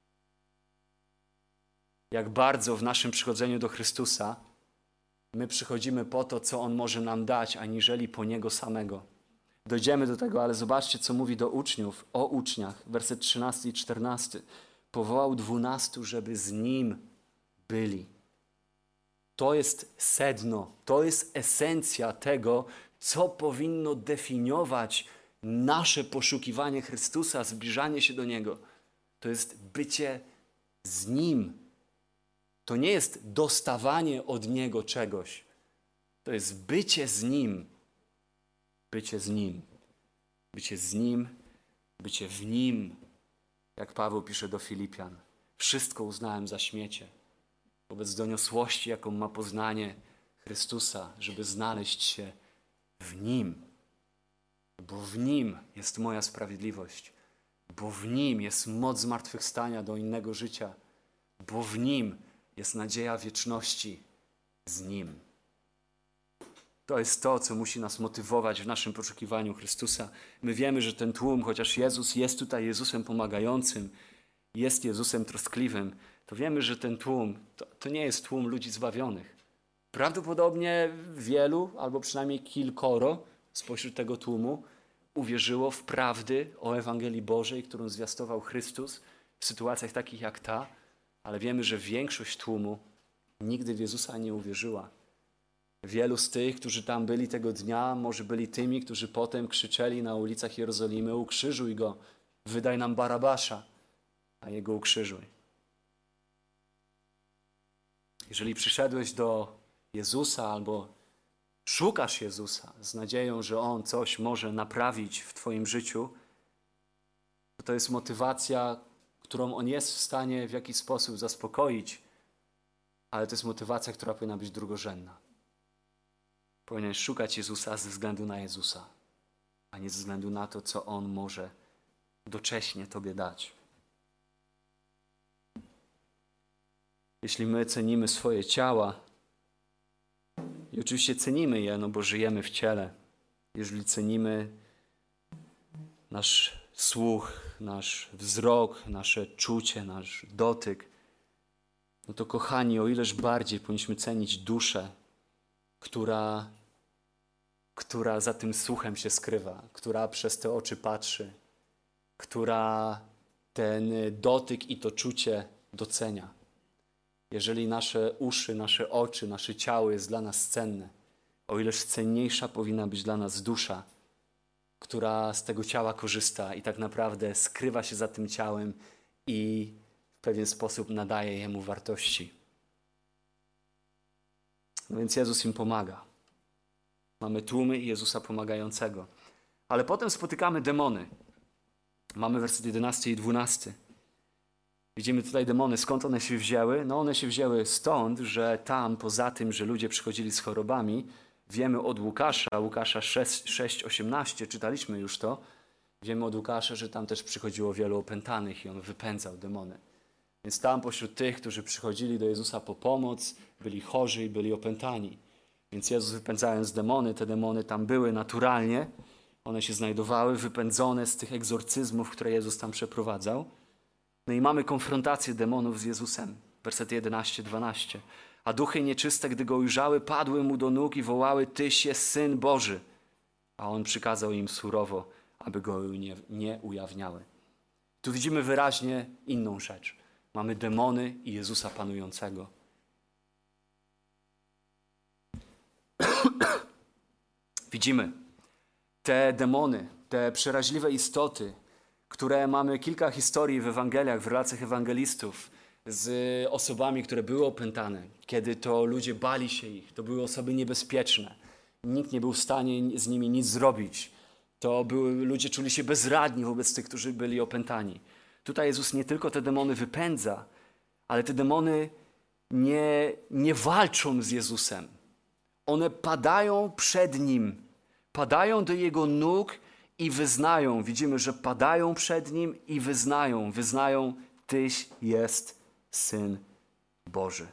Jak bardzo w naszym przychodzeniu do Chrystusa my przychodzimy po to, co On może nam dać, aniżeli po Niego samego. Dojdziemy do tego, ale zobaczcie, co mówi do uczniów, o uczniach, werset trzynasty i czternasty. Powołał dwunastu, żeby z Nim byli. To jest sedno, to jest esencja tego, co powinno definiować nasze poszukiwanie Chrystusa, zbliżanie się do Niego. To jest bycie z Nim. To nie jest dostawanie od Niego czegoś. To jest bycie z Nim. Bycie z Nim. Bycie z Nim, bycie w Nim. Jak Paweł pisze do Filipian. Wszystko uznałem za śmiecie. Wobec doniosłości, jaką ma poznanie Chrystusa, żeby znaleźć się w Nim. Bo w Nim jest moja sprawiedliwość. Bo w Nim jest moc zmartwychwstania do innego życia. Bo w Nim jest nadzieja wieczności z Nim. To jest to, co musi nas motywować w naszym poszukiwaniu Chrystusa. My wiemy, że ten tłum, chociaż Jezus jest tutaj Jezusem pomagającym, jest Jezusem troskliwym, to wiemy, że ten tłum to, to nie jest tłum ludzi zbawionych. Prawdopodobnie wielu, albo przynajmniej kilkoro spośród tego tłumu uwierzyło w prawdy o Ewangelii Bożej, którą zwiastował Chrystus w sytuacjach takich jak ta, ale wiemy, że większość tłumu nigdy w Jezusa nie uwierzyła. Wielu z tych, którzy tam byli tego dnia, może byli tymi, którzy potem krzyczeli na ulicach Jerozolimy: ukrzyżuj go, wydaj nam Barabasza, a jego ukrzyżuj. Jeżeli przyszedłeś do Jezusa albo szukasz Jezusa z nadzieją, że On coś może naprawić w Twoim życiu, to to jest motywacja, którą On jest w stanie w jakiś sposób zaspokoić, ale to jest motywacja, która powinna być drugorzędna. Powinieneś szukać Jezusa ze względu na Jezusa, a nie ze względu na to, co On może docześnie Tobie dać. Jeśli my cenimy swoje ciała, i oczywiście cenimy je, no bo żyjemy w ciele, jeżeli cenimy nasz słuch, nasz wzrok, nasze czucie, nasz dotyk, no to kochani, o ileż bardziej powinniśmy cenić duszę, która, która za tym słuchem się skrywa, która przez te oczy patrzy, która ten dotyk i to czucie docenia. Jeżeli nasze uszy, nasze oczy, nasze ciało jest dla nas cenne, o ileż cenniejsza powinna być dla nas dusza, która z tego ciała korzysta i tak naprawdę skrywa się za tym ciałem i w pewien sposób nadaje jemu wartości. No więc Jezus im pomaga. Mamy tłumy i Jezusa pomagającego. Ale potem spotykamy demony. Mamy werset jedenasty i dwunasty. Widzimy tutaj demony. Skąd one się wzięły? No one się wzięły stąd, że tam poza tym, że ludzie przychodzili z chorobami, wiemy od Łukasza, Łukasza sześć osiemnaście, czytaliśmy już to, wiemy od Łukasza, że tam też przychodziło wielu opętanych i on wypędzał demony. Więc tam pośród tych, którzy przychodzili do Jezusa po pomoc, byli chorzy i byli opętani. Więc Jezus, wypędzając demony, te demony tam były naturalnie, one się znajdowały wypędzone z tych egzorcyzmów, które Jezus tam przeprowadzał. No i mamy konfrontację demonów z Jezusem. Wersety jedenaście dwanaście. A duchy nieczyste, gdy go ujrzały, padły mu do nóg i wołały: Tyś jest Syn Boży. A on przykazał im surowo, aby go nie, nie ujawniały. Tu widzimy wyraźnie inną rzecz. Mamy demony i Jezusa panującego. Widzimy te demony, te przeraźliwe istoty, które mamy kilka historii w Ewangeliach, w relacjach ewangelistów z osobami, które były opętane, kiedy to ludzie bali się ich. To były osoby niebezpieczne. Nikt nie był w stanie z nimi nic zrobić. To były, ludzie czuli się bezradni wobec tych, którzy byli opętani. Tutaj Jezus nie tylko te demony wypędza, ale te demony nie, nie walczą z Jezusem. One padają przed Nim, padają do Jego nóg i wyznają. Widzimy, że padają przed Nim i wyznają. Wyznają: Tyś jest Syn Boży.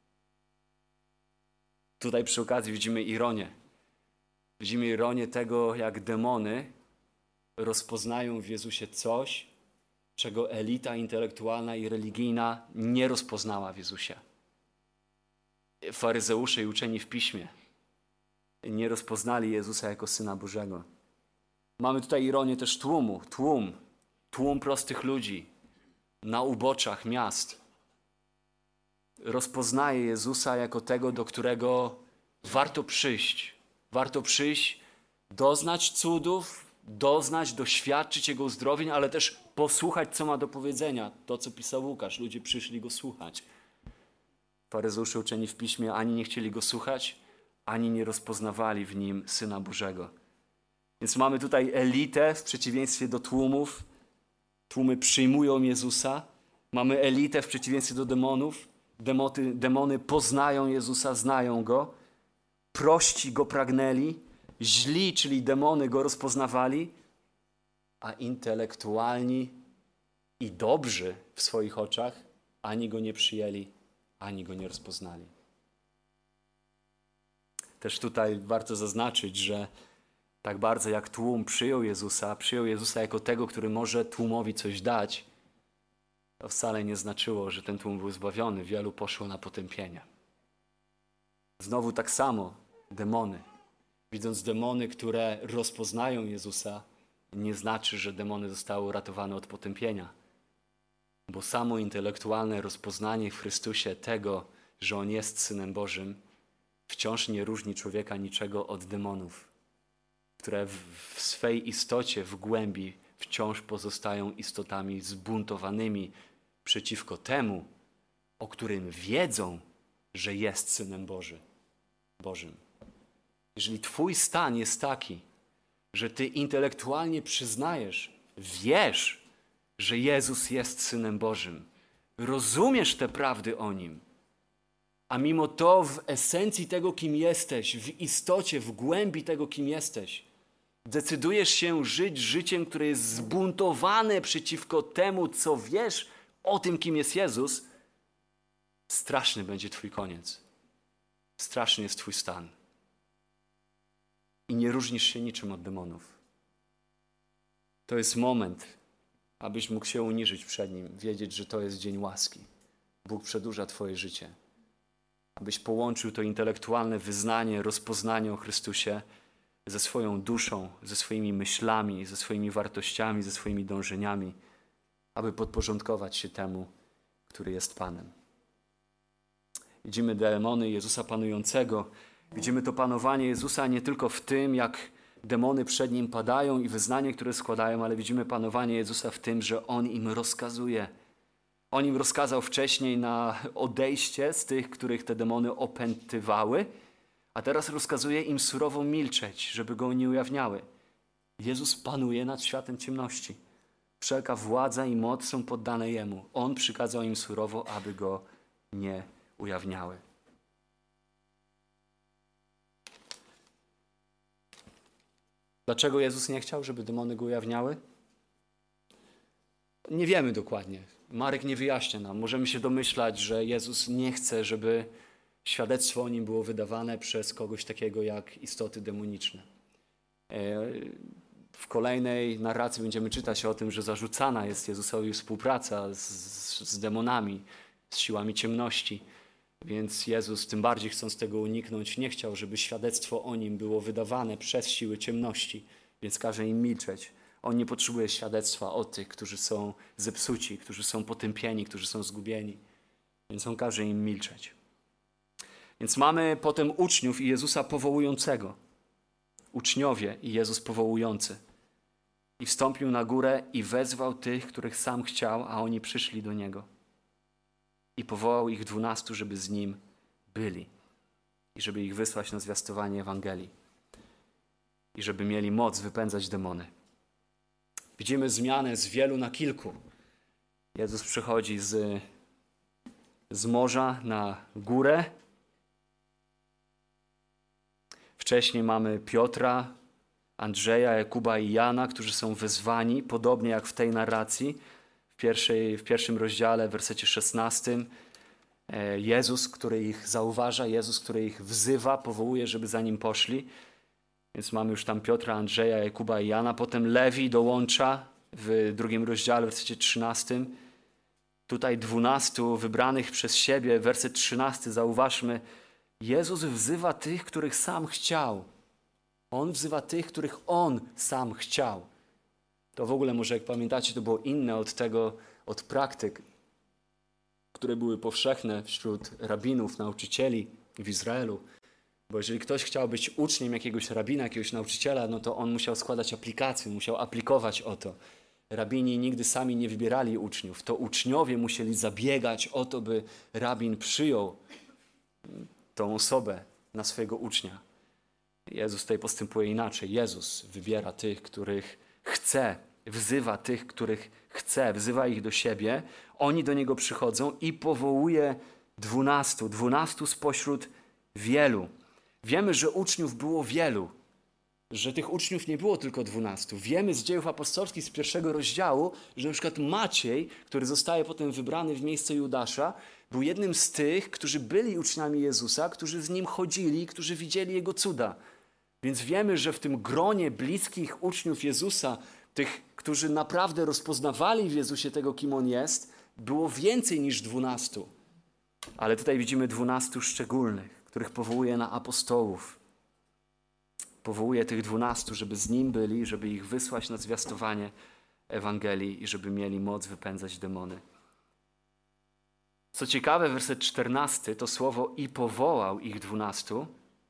Tutaj przy okazji widzimy ironię. Widzimy ironię tego, jak demony rozpoznają w Jezusie coś, czego elita intelektualna i religijna nie rozpoznała w Jezusie. Faryzeusze i uczeni w Piśmie nie rozpoznali Jezusa jako Syna Bożego. Mamy tutaj ironię też tłumu, tłum, tłum prostych ludzi na uboczach miast. Rozpoznaje Jezusa jako tego, do którego warto przyjść. Warto przyjść, doznać cudów, doznać, doświadczyć Jego uzdrowień, ale też posłuchać, co ma do powiedzenia. To, co pisał Łukasz. Ludzie przyszli Go słuchać. Faryzeusze uczeni w Piśmie ani nie chcieli Go słuchać, ani nie rozpoznawali w Nim Syna Bożego. Więc mamy tutaj elitę w przeciwieństwie do tłumów. Tłumy przyjmują Jezusa. Mamy elitę w przeciwieństwie do demonów. Demoty, demony poznają Jezusa, znają Go. Prości Go pragnęli. Źli, czyli demony, Go rozpoznawali. A intelektualni i dobrzy w swoich oczach ani Go nie przyjęli, ani Go nie rozpoznali. Też tutaj warto zaznaczyć, że tak bardzo jak tłum przyjął Jezusa, przyjął Jezusa jako tego, który może tłumowi coś dać, to wcale nie znaczyło, że ten tłum był zbawiony. Wielu poszło na potępienie. Znowu tak samo demony. Widząc demony, które rozpoznają Jezusa, nie znaczy, że demony zostały uratowane od potępienia. Bo samo intelektualne rozpoznanie w Chrystusie tego, że On jest Synem Bożym, wciąż nie różni człowieka niczego od demonów, które w swej istocie, w głębi wciąż pozostają istotami zbuntowanymi przeciwko temu, o którym wiedzą, że jest Synem Boży, Bożym. Jeżeli twój stan jest taki, że ty intelektualnie przyznajesz, wiesz, że Jezus jest Synem Bożym, rozumiesz te prawdy o Nim, a mimo to w esencji tego, kim jesteś, w istocie, w głębi tego, kim jesteś, decydujesz się żyć życiem, które jest zbuntowane przeciwko temu, co wiesz o tym, kim jest Jezus, straszny będzie twój koniec. Straszny jest twój stan. I nie różnisz się niczym od demonów. To jest moment, abyś mógł się uniżyć przed Nim, wiedzieć, że to jest dzień łaski. Bóg przedłuża twoje życie. Abyś połączył to intelektualne wyznanie, rozpoznanie o Chrystusie ze swoją duszą, ze swoimi myślami, ze swoimi wartościami, ze swoimi dążeniami, aby podporządkować się temu, który jest Panem. Widzimy demony Jezusa panującego. Widzimy to panowanie Jezusa nie tylko w tym, jak demony przed Nim padają i wyznanie, które składają, ale widzimy panowanie Jezusa w tym, że On im rozkazuje. On im rozkazał wcześniej na odejście z tych, których te demony opętywały, a teraz rozkazuje im surowo milczeć, żeby Go nie ujawniały. Jezus panuje nad światem ciemności. Wszelka władza i moc są poddane Jemu. On przykazał im surowo, aby Go nie ujawniały. Dlaczego Jezus nie chciał, żeby demony Go ujawniały? Nie wiemy dokładnie. Marek nie wyjaśnia nam. Możemy się domyślać, że Jezus nie chce, żeby Świadectwo o nim było wydawane przez kogoś takiego jak istoty demoniczne. W kolejnej narracji będziemy czytać o tym, że zarzucana jest Jezusowi współpraca z, z demonami, z siłami ciemności. Więc Jezus, tym bardziej chcąc tego uniknąć, nie chciał, żeby świadectwo o nim było wydawane przez siły ciemności, więc każe im milczeć. On nie potrzebuje świadectwa o tych, którzy są zepsuci, którzy są potępieni, którzy są zgubieni. Więc on każe im milczeć. Więc mamy potem uczniów i Jezusa powołującego. Uczniowie i Jezus powołujący. I wstąpił na górę i wezwał tych, których sam chciał, a oni przyszli do Niego. I powołał ich dwunastu, żeby z Nim byli. I żeby ich wysłać na zwiastowanie Ewangelii. I żeby mieli moc wypędzać demony. Widzimy zmianę z wielu na kilku. Jezus przychodzi z, z morza na górę. Wcześniej mamy Piotra, Andrzeja, Jakuba i Jana, którzy są wezwani, podobnie jak w tej narracji. W, pierwszej, w pierwszym rozdziale, w wersecie szesnastym. Jezus, który ich zauważa, Jezus, który ich wzywa, powołuje, żeby za Nim poszli. Więc mamy już tam Piotra, Andrzeja, Jakuba i Jana. Potem Lewi dołącza w drugim rozdziale, w wersecie trzynastym. Tutaj dwunastu wybranych przez siebie, werset trzynasty, zauważmy, Jezus wzywa tych, których sam chciał. On wzywa tych, których On sam chciał. To w ogóle może, jak pamiętacie, to było inne od tego, od praktyk, które były powszechne wśród rabinów, nauczycieli w Izraelu. Bo jeżeli ktoś chciał być uczniem jakiegoś rabina, jakiegoś nauczyciela, no to on musiał składać aplikację, musiał aplikować o to. Rabini nigdy sami nie wybierali uczniów. To uczniowie musieli zabiegać o to, by rabin przyjął tą osobę na swojego ucznia. Jezus tutaj postępuje inaczej. Jezus wybiera tych, których chce, wzywa tych, których chce, wzywa ich do siebie. Oni do Niego przychodzą i powołuje dwunastu, dwunastu spośród wielu. Wiemy, że uczniów było wielu, że tych uczniów nie było tylko dwunastu. Wiemy z Dziejów Apostolskich z pierwszego rozdziału, że na przykład Maciej, który zostaje potem wybrany w miejsce Judasza, był jednym z tych, którzy byli uczniami Jezusa, którzy z Nim chodzili, którzy widzieli Jego cuda. Więc wiemy, że w tym gronie bliskich uczniów Jezusa, tych, którzy naprawdę rozpoznawali w Jezusie tego, kim On jest, było więcej niż dwunastu. Ale tutaj widzimy dwunastu szczególnych, których powołuje na apostołów. Powołuje tych dwunastu, żeby z Nim byli, żeby ich wysłać na zwiastowanie Ewangelii i żeby mieli moc wypędzać demony. Co ciekawe, werset czternasty, to słowo i powołał ich dwunastu,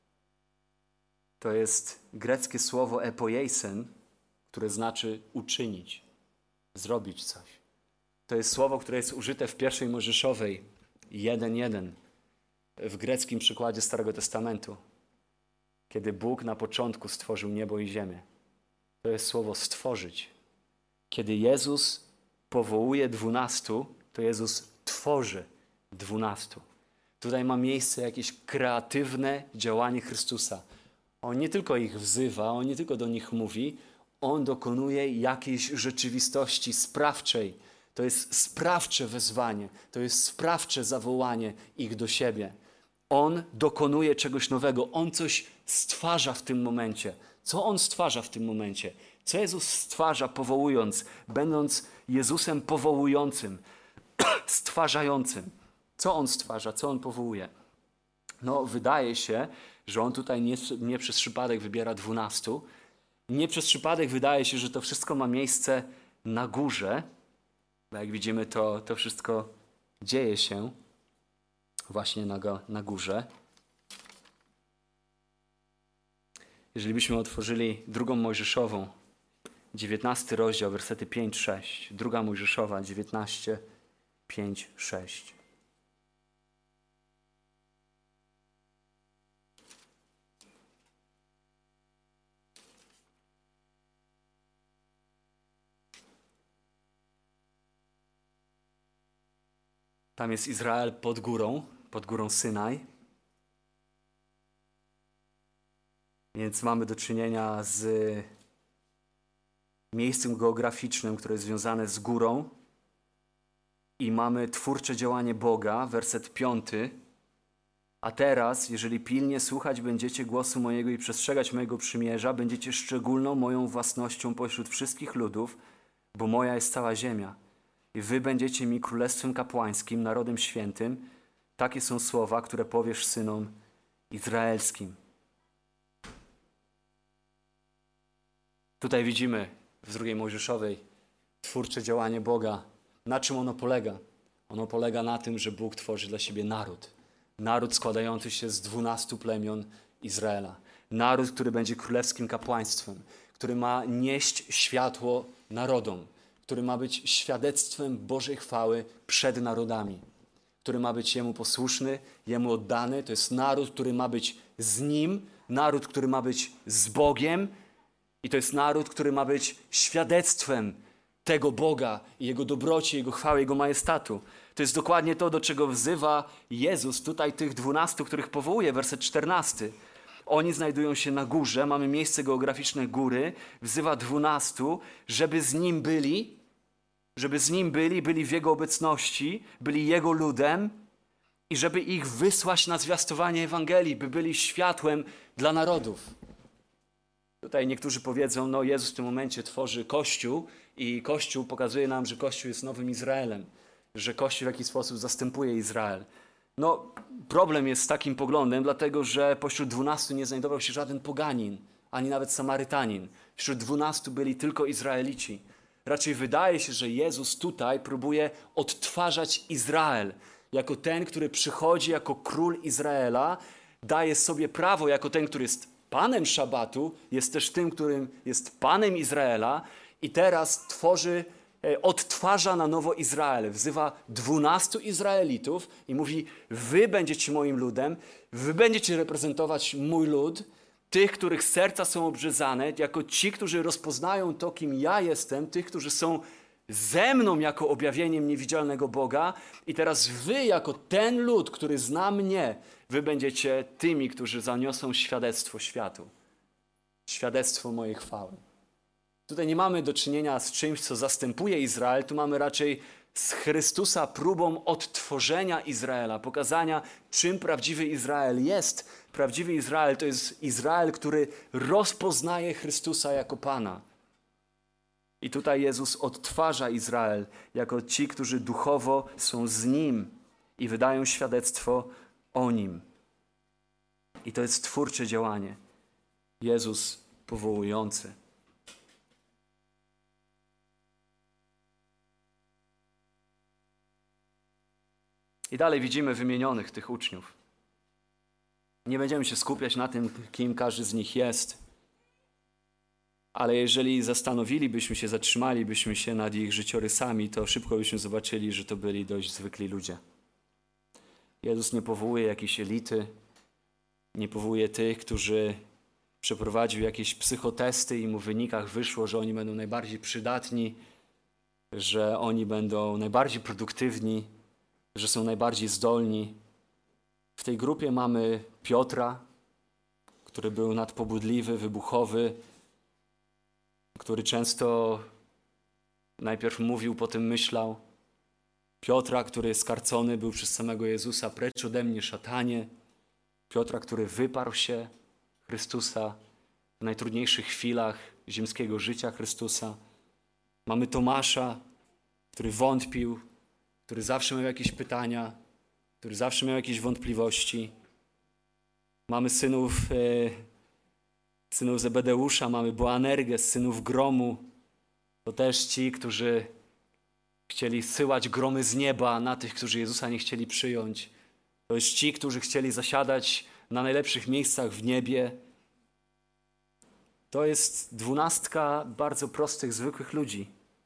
to jest greckie słowo epoieisen, które znaczy uczynić, zrobić coś. To jest słowo, które jest użyte w pierwszej Mojżeszowej jeden jeden w greckim przykładzie Starego Testamentu, kiedy Bóg na początku stworzył niebo i ziemię. To jest słowo stworzyć. Kiedy Jezus powołuje dwunastu, to Jezus tworzy dwunastu. Tutaj ma miejsce jakieś kreatywne działanie Chrystusa. On nie tylko ich wzywa, On nie tylko do nich mówi, On dokonuje jakiejś rzeczywistości sprawczej. To jest sprawcze wezwanie, to jest sprawcze zawołanie ich do siebie. On dokonuje czegoś nowego, On coś stwarza w tym momencie. Co On stwarza w tym momencie? Co Jezus stwarza powołując, będąc Jezusem powołującym, stwarzającym? Co On stwarza, co On powołuje? No, wydaje się, że On tutaj nie, nie przez przypadek wybiera dwunastu. Nie przez przypadek wydaje się, że to wszystko ma miejsce na górze. Bo jak widzimy, to, to wszystko dzieje się właśnie na, na górze. Jeżeli byśmy otworzyli drugą Mojżeszową, dziewiętnasty rozdział, wersety pięć sześć. Druga Mojżeszowa, dziewiętnaście, pięć sześć. Tam jest Izrael pod górą, pod górą Synaj. Więc mamy do czynienia z miejscem geograficznym, które jest związane z górą. I mamy twórcze działanie Boga, werset piąty. A teraz, jeżeli pilnie słuchać będziecie głosu mojego i przestrzegać mojego przymierza, będziecie szczególną moją własnością pośród wszystkich ludów, bo moja jest cała ziemia. I wy będziecie mi królestwem kapłańskim, narodem świętym. Takie są słowa, które powiesz synom izraelskim. Tutaj widzimy w drugiej Mojżeszowej twórcze działanie Boga. Na czym ono polega? Ono polega na tym, że Bóg tworzy dla siebie naród. Naród składający się z dwunastu plemion Izraela. Naród, który będzie królewskim kapłaństwem, który ma nieść światło narodom, który ma być świadectwem Bożej chwały przed narodami, który ma być Jemu posłuszny, Jemu oddany. To jest naród, który ma być z Nim, naród, który ma być z Bogiem i to jest naród, który ma być świadectwem tego Boga i Jego dobroci, Jego chwały, Jego majestatu. To jest dokładnie to, do czego wzywa Jezus tutaj tych dwunastu, których powołuje, werset czternasty. Oni znajdują się na górze, mamy miejsce geograficzne góry, wzywa dwunastu, żeby z Nim byli, żeby z Nim byli, byli w Jego obecności, byli Jego ludem i żeby ich wysłać na zwiastowanie Ewangelii, by byli światłem dla narodów. Tutaj niektórzy powiedzą, no Jezus w tym momencie tworzy Kościół i Kościół pokazuje nam, że Kościół jest nowym Izraelem, że Kościół w jakiś sposób zastępuje Izrael. No, problem jest z takim poglądem, dlatego że pośród dwunastu nie znajdował się żaden poganin, ani nawet Samarytanin. Wśród dwunastu byli tylko Izraelici. Raczej wydaje się, że Jezus tutaj próbuje odtwarzać Izrael jako ten, który przychodzi jako król Izraela, daje sobie prawo jako ten, który jest Panem Szabatu, jest też tym, którym jest Panem Izraela i teraz tworzy, odtwarza na nowo Izrael. Wzywa dwunastu Izraelitów i mówi, wy będziecie moim ludem, wy będziecie reprezentować mój lud, tych, których serca są obrzezane, jako ci, którzy rozpoznają to, kim ja jestem, tych, którzy są ze mną jako objawieniem niewidzialnego Boga i teraz wy, jako ten lud, który zna mnie, wy będziecie tymi, którzy zaniosą świadectwo światu. Świadectwo mojej chwały. Tutaj nie mamy do czynienia z czymś, co zastępuje Izrael, tu mamy raczej z Chrystusa próbą odtworzenia Izraela, pokazania, czym prawdziwy Izrael jest. Prawdziwy Izrael to jest Izrael, który rozpoznaje Chrystusa jako Pana. I tutaj Jezus odtwarza Izrael jako ci, którzy duchowo są z Nim i wydają świadectwo o Nim. I to jest twórcze działanie. Jezus powołujący. I dalej widzimy wymienionych tych uczniów. Nie będziemy się skupiać na tym, kim każdy z nich jest, ale jeżeli zastanowilibyśmy się, zatrzymalibyśmy się nad ich życiorysami, to szybko byśmy zobaczyli, że to byli dość zwykli ludzie. Jezus nie powołuje jakiejś elity, nie powołuje tych, którzy przeprowadził jakieś psychotesty i mu w wynikach wyszło, że oni będą najbardziej przydatni, że oni będą najbardziej produktywni, że są najbardziej zdolni. W tej grupie mamy Piotra, który był nadpobudliwy, wybuchowy, który często najpierw mówił, potem myślał. Piotra, który skarcony był przez samego Jezusa, precz ode mnie, szatanie. Piotra, który wyparł się Chrystusa w najtrudniejszych chwilach ziemskiego życia Chrystusa. Mamy Tomasza, który wątpił, który zawsze miał jakieś pytania, który zawsze miał jakieś wątpliwości. Mamy synów, e, synów Zebedeusza, mamy Boanerges, synów gromu. To też ci, którzy chcieli syłać gromy z nieba na tych, którzy Jezusa nie chcieli przyjąć. To jest ci, którzy chcieli zasiadać na najlepszych miejscach w niebie. To jest dwunastka bardzo prostych, zwykłych ludzi.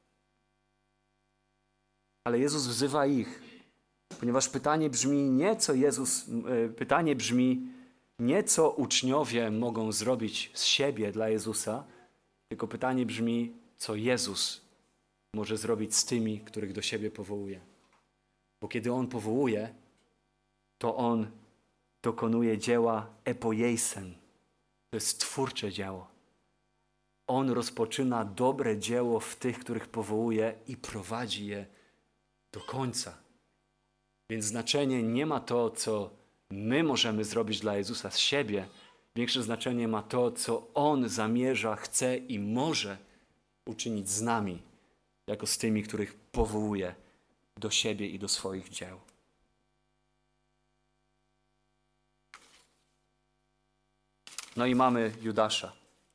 Ale Jezus wzywa ich, ponieważ pytanie brzmi nie, co Jezus, pytanie brzmi nie, co uczniowie mogą zrobić z siebie dla Jezusa, tylko pytanie brzmi, co Jezus może zrobić z tymi, których do siebie powołuje. Bo kiedy On powołuje, to On dokonuje dzieła epoieisen. To jest twórcze dzieło. On rozpoczyna dobre dzieło w tych, których powołuje i prowadzi je do końca. Więc znaczenie nie ma to, co my możemy zrobić dla Jezusa z siebie, większe znaczenie ma to, co On zamierza, chce i może uczynić z nami, jako z tymi, których powołuje do siebie i do swoich dzieł. No i mamy Judasza.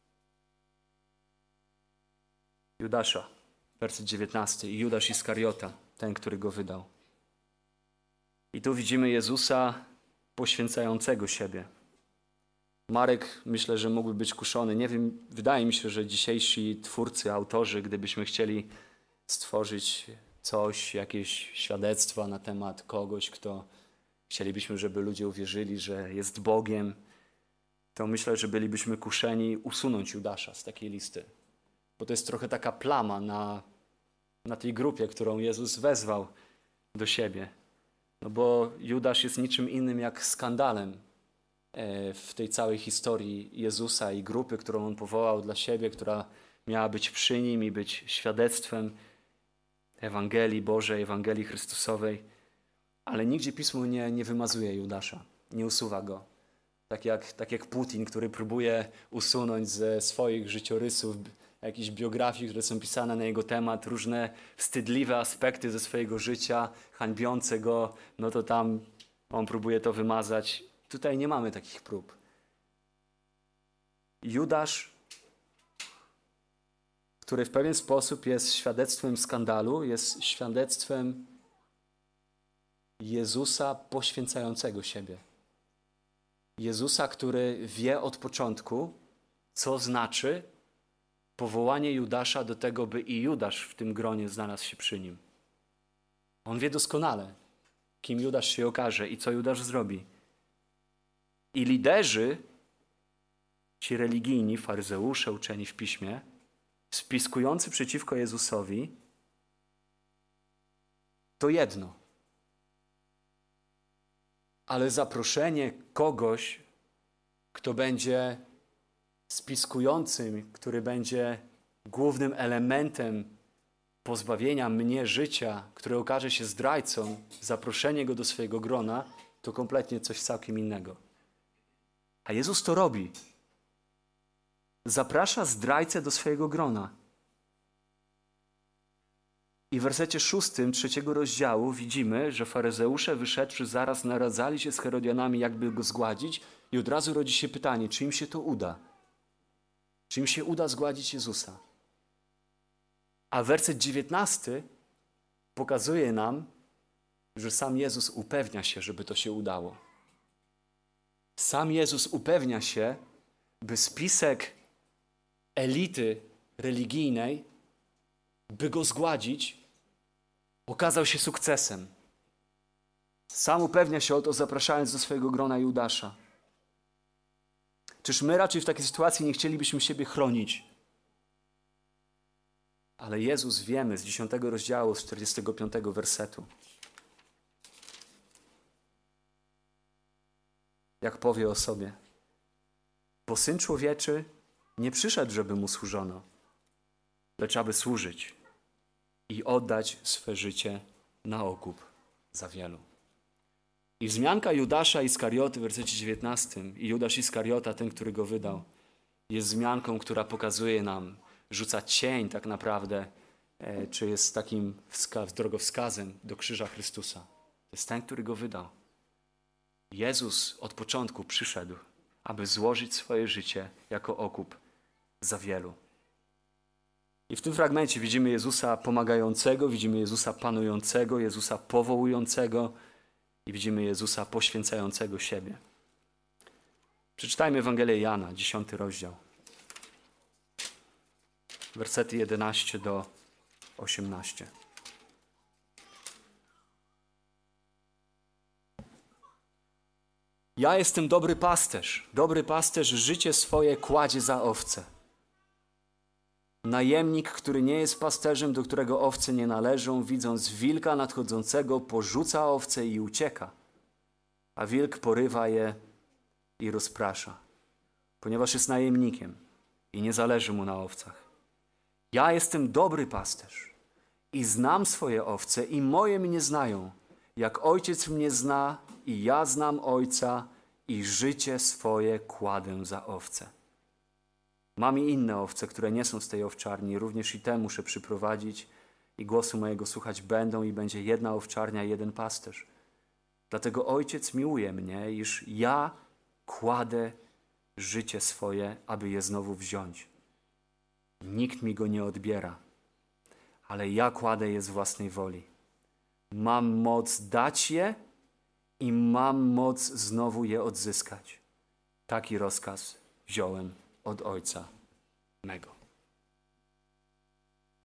Judasza, werset dziewiętnasty. I Judasz Iskariota, ten, który go wydał. I tu widzimy Jezusa poświęcającego siebie. Marek, myślę, że mógłby być kuszony. Nie wiem, wydaje mi się, że dzisiejsi twórcy, autorzy, gdybyśmy chcieli stworzyć coś, jakieś świadectwa na temat kogoś, kto chcielibyśmy, żeby ludzie uwierzyli, że jest Bogiem, to myślę, że bylibyśmy kuszeni usunąć Judasza z takiej listy. Bo to jest trochę taka plama na, na tej grupie, którą Jezus wezwał do siebie. No bo Judasz jest niczym innym jak skandalem w tej całej historii Jezusa i grupy, którą On powołał dla siebie, która miała być przy Nim i być świadectwem Ewangelii Bożej, Ewangelii Chrystusowej. Ale nigdzie Pismo nie, nie wymazuje Judasza, nie usuwa go. Tak jak, tak jak Putin, który próbuje usunąć ze swoich życiorysów, jakichś biografii, które są pisane na jego temat, różne wstydliwe aspekty ze swojego życia, hańbiące go, no to tam on próbuje to wymazać. Tutaj nie mamy takich prób. Judasz, który w pewien sposób jest świadectwem skandalu, jest świadectwem Jezusa poświęcającego siebie. Jezusa, który wie od początku, co znaczy powołanie Judasza do tego, by i Judasz w tym gronie znalazł się przy nim. On wie doskonale, kim Judasz się okaże i co Judasz zrobi. I liderzy, ci religijni, faryzeusze, uczeni w piśmie, spiskujący przeciwko Jezusowi, to jedno. Ale zaproszenie kogoś, kto będzie spiskującym, który będzie głównym elementem pozbawienia mnie życia, który okaże się zdrajcą, zaproszenie go do swojego grona, to kompletnie coś całkiem innego. A Jezus to robi. Zaprasza zdrajcę do swojego grona. I w wersecie szóstym trzeciego rozdziału widzimy, że faryzeusze wyszedłszy zaraz naradzali się z Herodianami, jakby go zgładzić, i od razu rodzi się pytanie, czy im się to uda? Czy im się uda zgładzić Jezusa? A werset dziewiętnasty pokazuje nam, że sam Jezus upewnia się, żeby to się udało. Sam Jezus upewnia się, by spisek elity religijnej, by go zgładzić, okazał się sukcesem. Sam upewnia się o to, zapraszając do swojego grona Judasza. Czyż my raczej w takiej sytuacji nie chcielibyśmy siebie chronić? Ale Jezus, wiemy z dziesiątego rozdziału, z czterdziestego piątego wersetu, jak powie o sobie, bo Syn Człowieczy nie przyszedł, żeby Mu służono, lecz aby służyć i oddać swe życie na okup za wielu. I wzmianka Judasza Iskarioty w wersecie dziewiętnastym i Judasz Iskariota, ten, który go wydał, jest wzmianką, która pokazuje nam, rzuca cień tak naprawdę, e, czy jest takim wska- drogowskazem do krzyża Chrystusa. To jest ten, który go wydał. Jezus od początku przyszedł, aby złożyć swoje życie jako okup za wielu. I w tym fragmencie widzimy Jezusa pomagającego, widzimy Jezusa panującego, Jezusa powołującego i widzimy Jezusa poświęcającego siebie. Przeczytajmy Ewangelię Jana, dziesiąty rozdział. Wersety jedenaście do osiemnastu. Ja jestem dobry pasterz. Dobry pasterz życie swoje kładzie za owce. Najemnik, który nie jest pasterzem, do którego owce nie należą, widząc wilka nadchodzącego, porzuca owce i ucieka. A wilk porywa je i rozprasza, ponieważ jest najemnikiem i nie zależy mu na owcach. Ja jestem dobry pasterz i znam swoje owce i moje mnie znają, jak Ojciec mnie zna i ja znam Ojca i życie swoje kładę za owce. Mam i inne owce, które nie są z tej owczarni, również i te muszę przyprowadzić i głosu mojego słuchać będą i będzie jedna owczarnia i jeden pasterz. Dlatego Ojciec miłuje mnie, iż ja kładę życie swoje, aby je znowu wziąć. Nikt mi go nie odbiera, ale ja kładę je z własnej woli. Mam moc dać je i mam moc znowu je odzyskać. Taki rozkaz wziąłem od Ojca mego.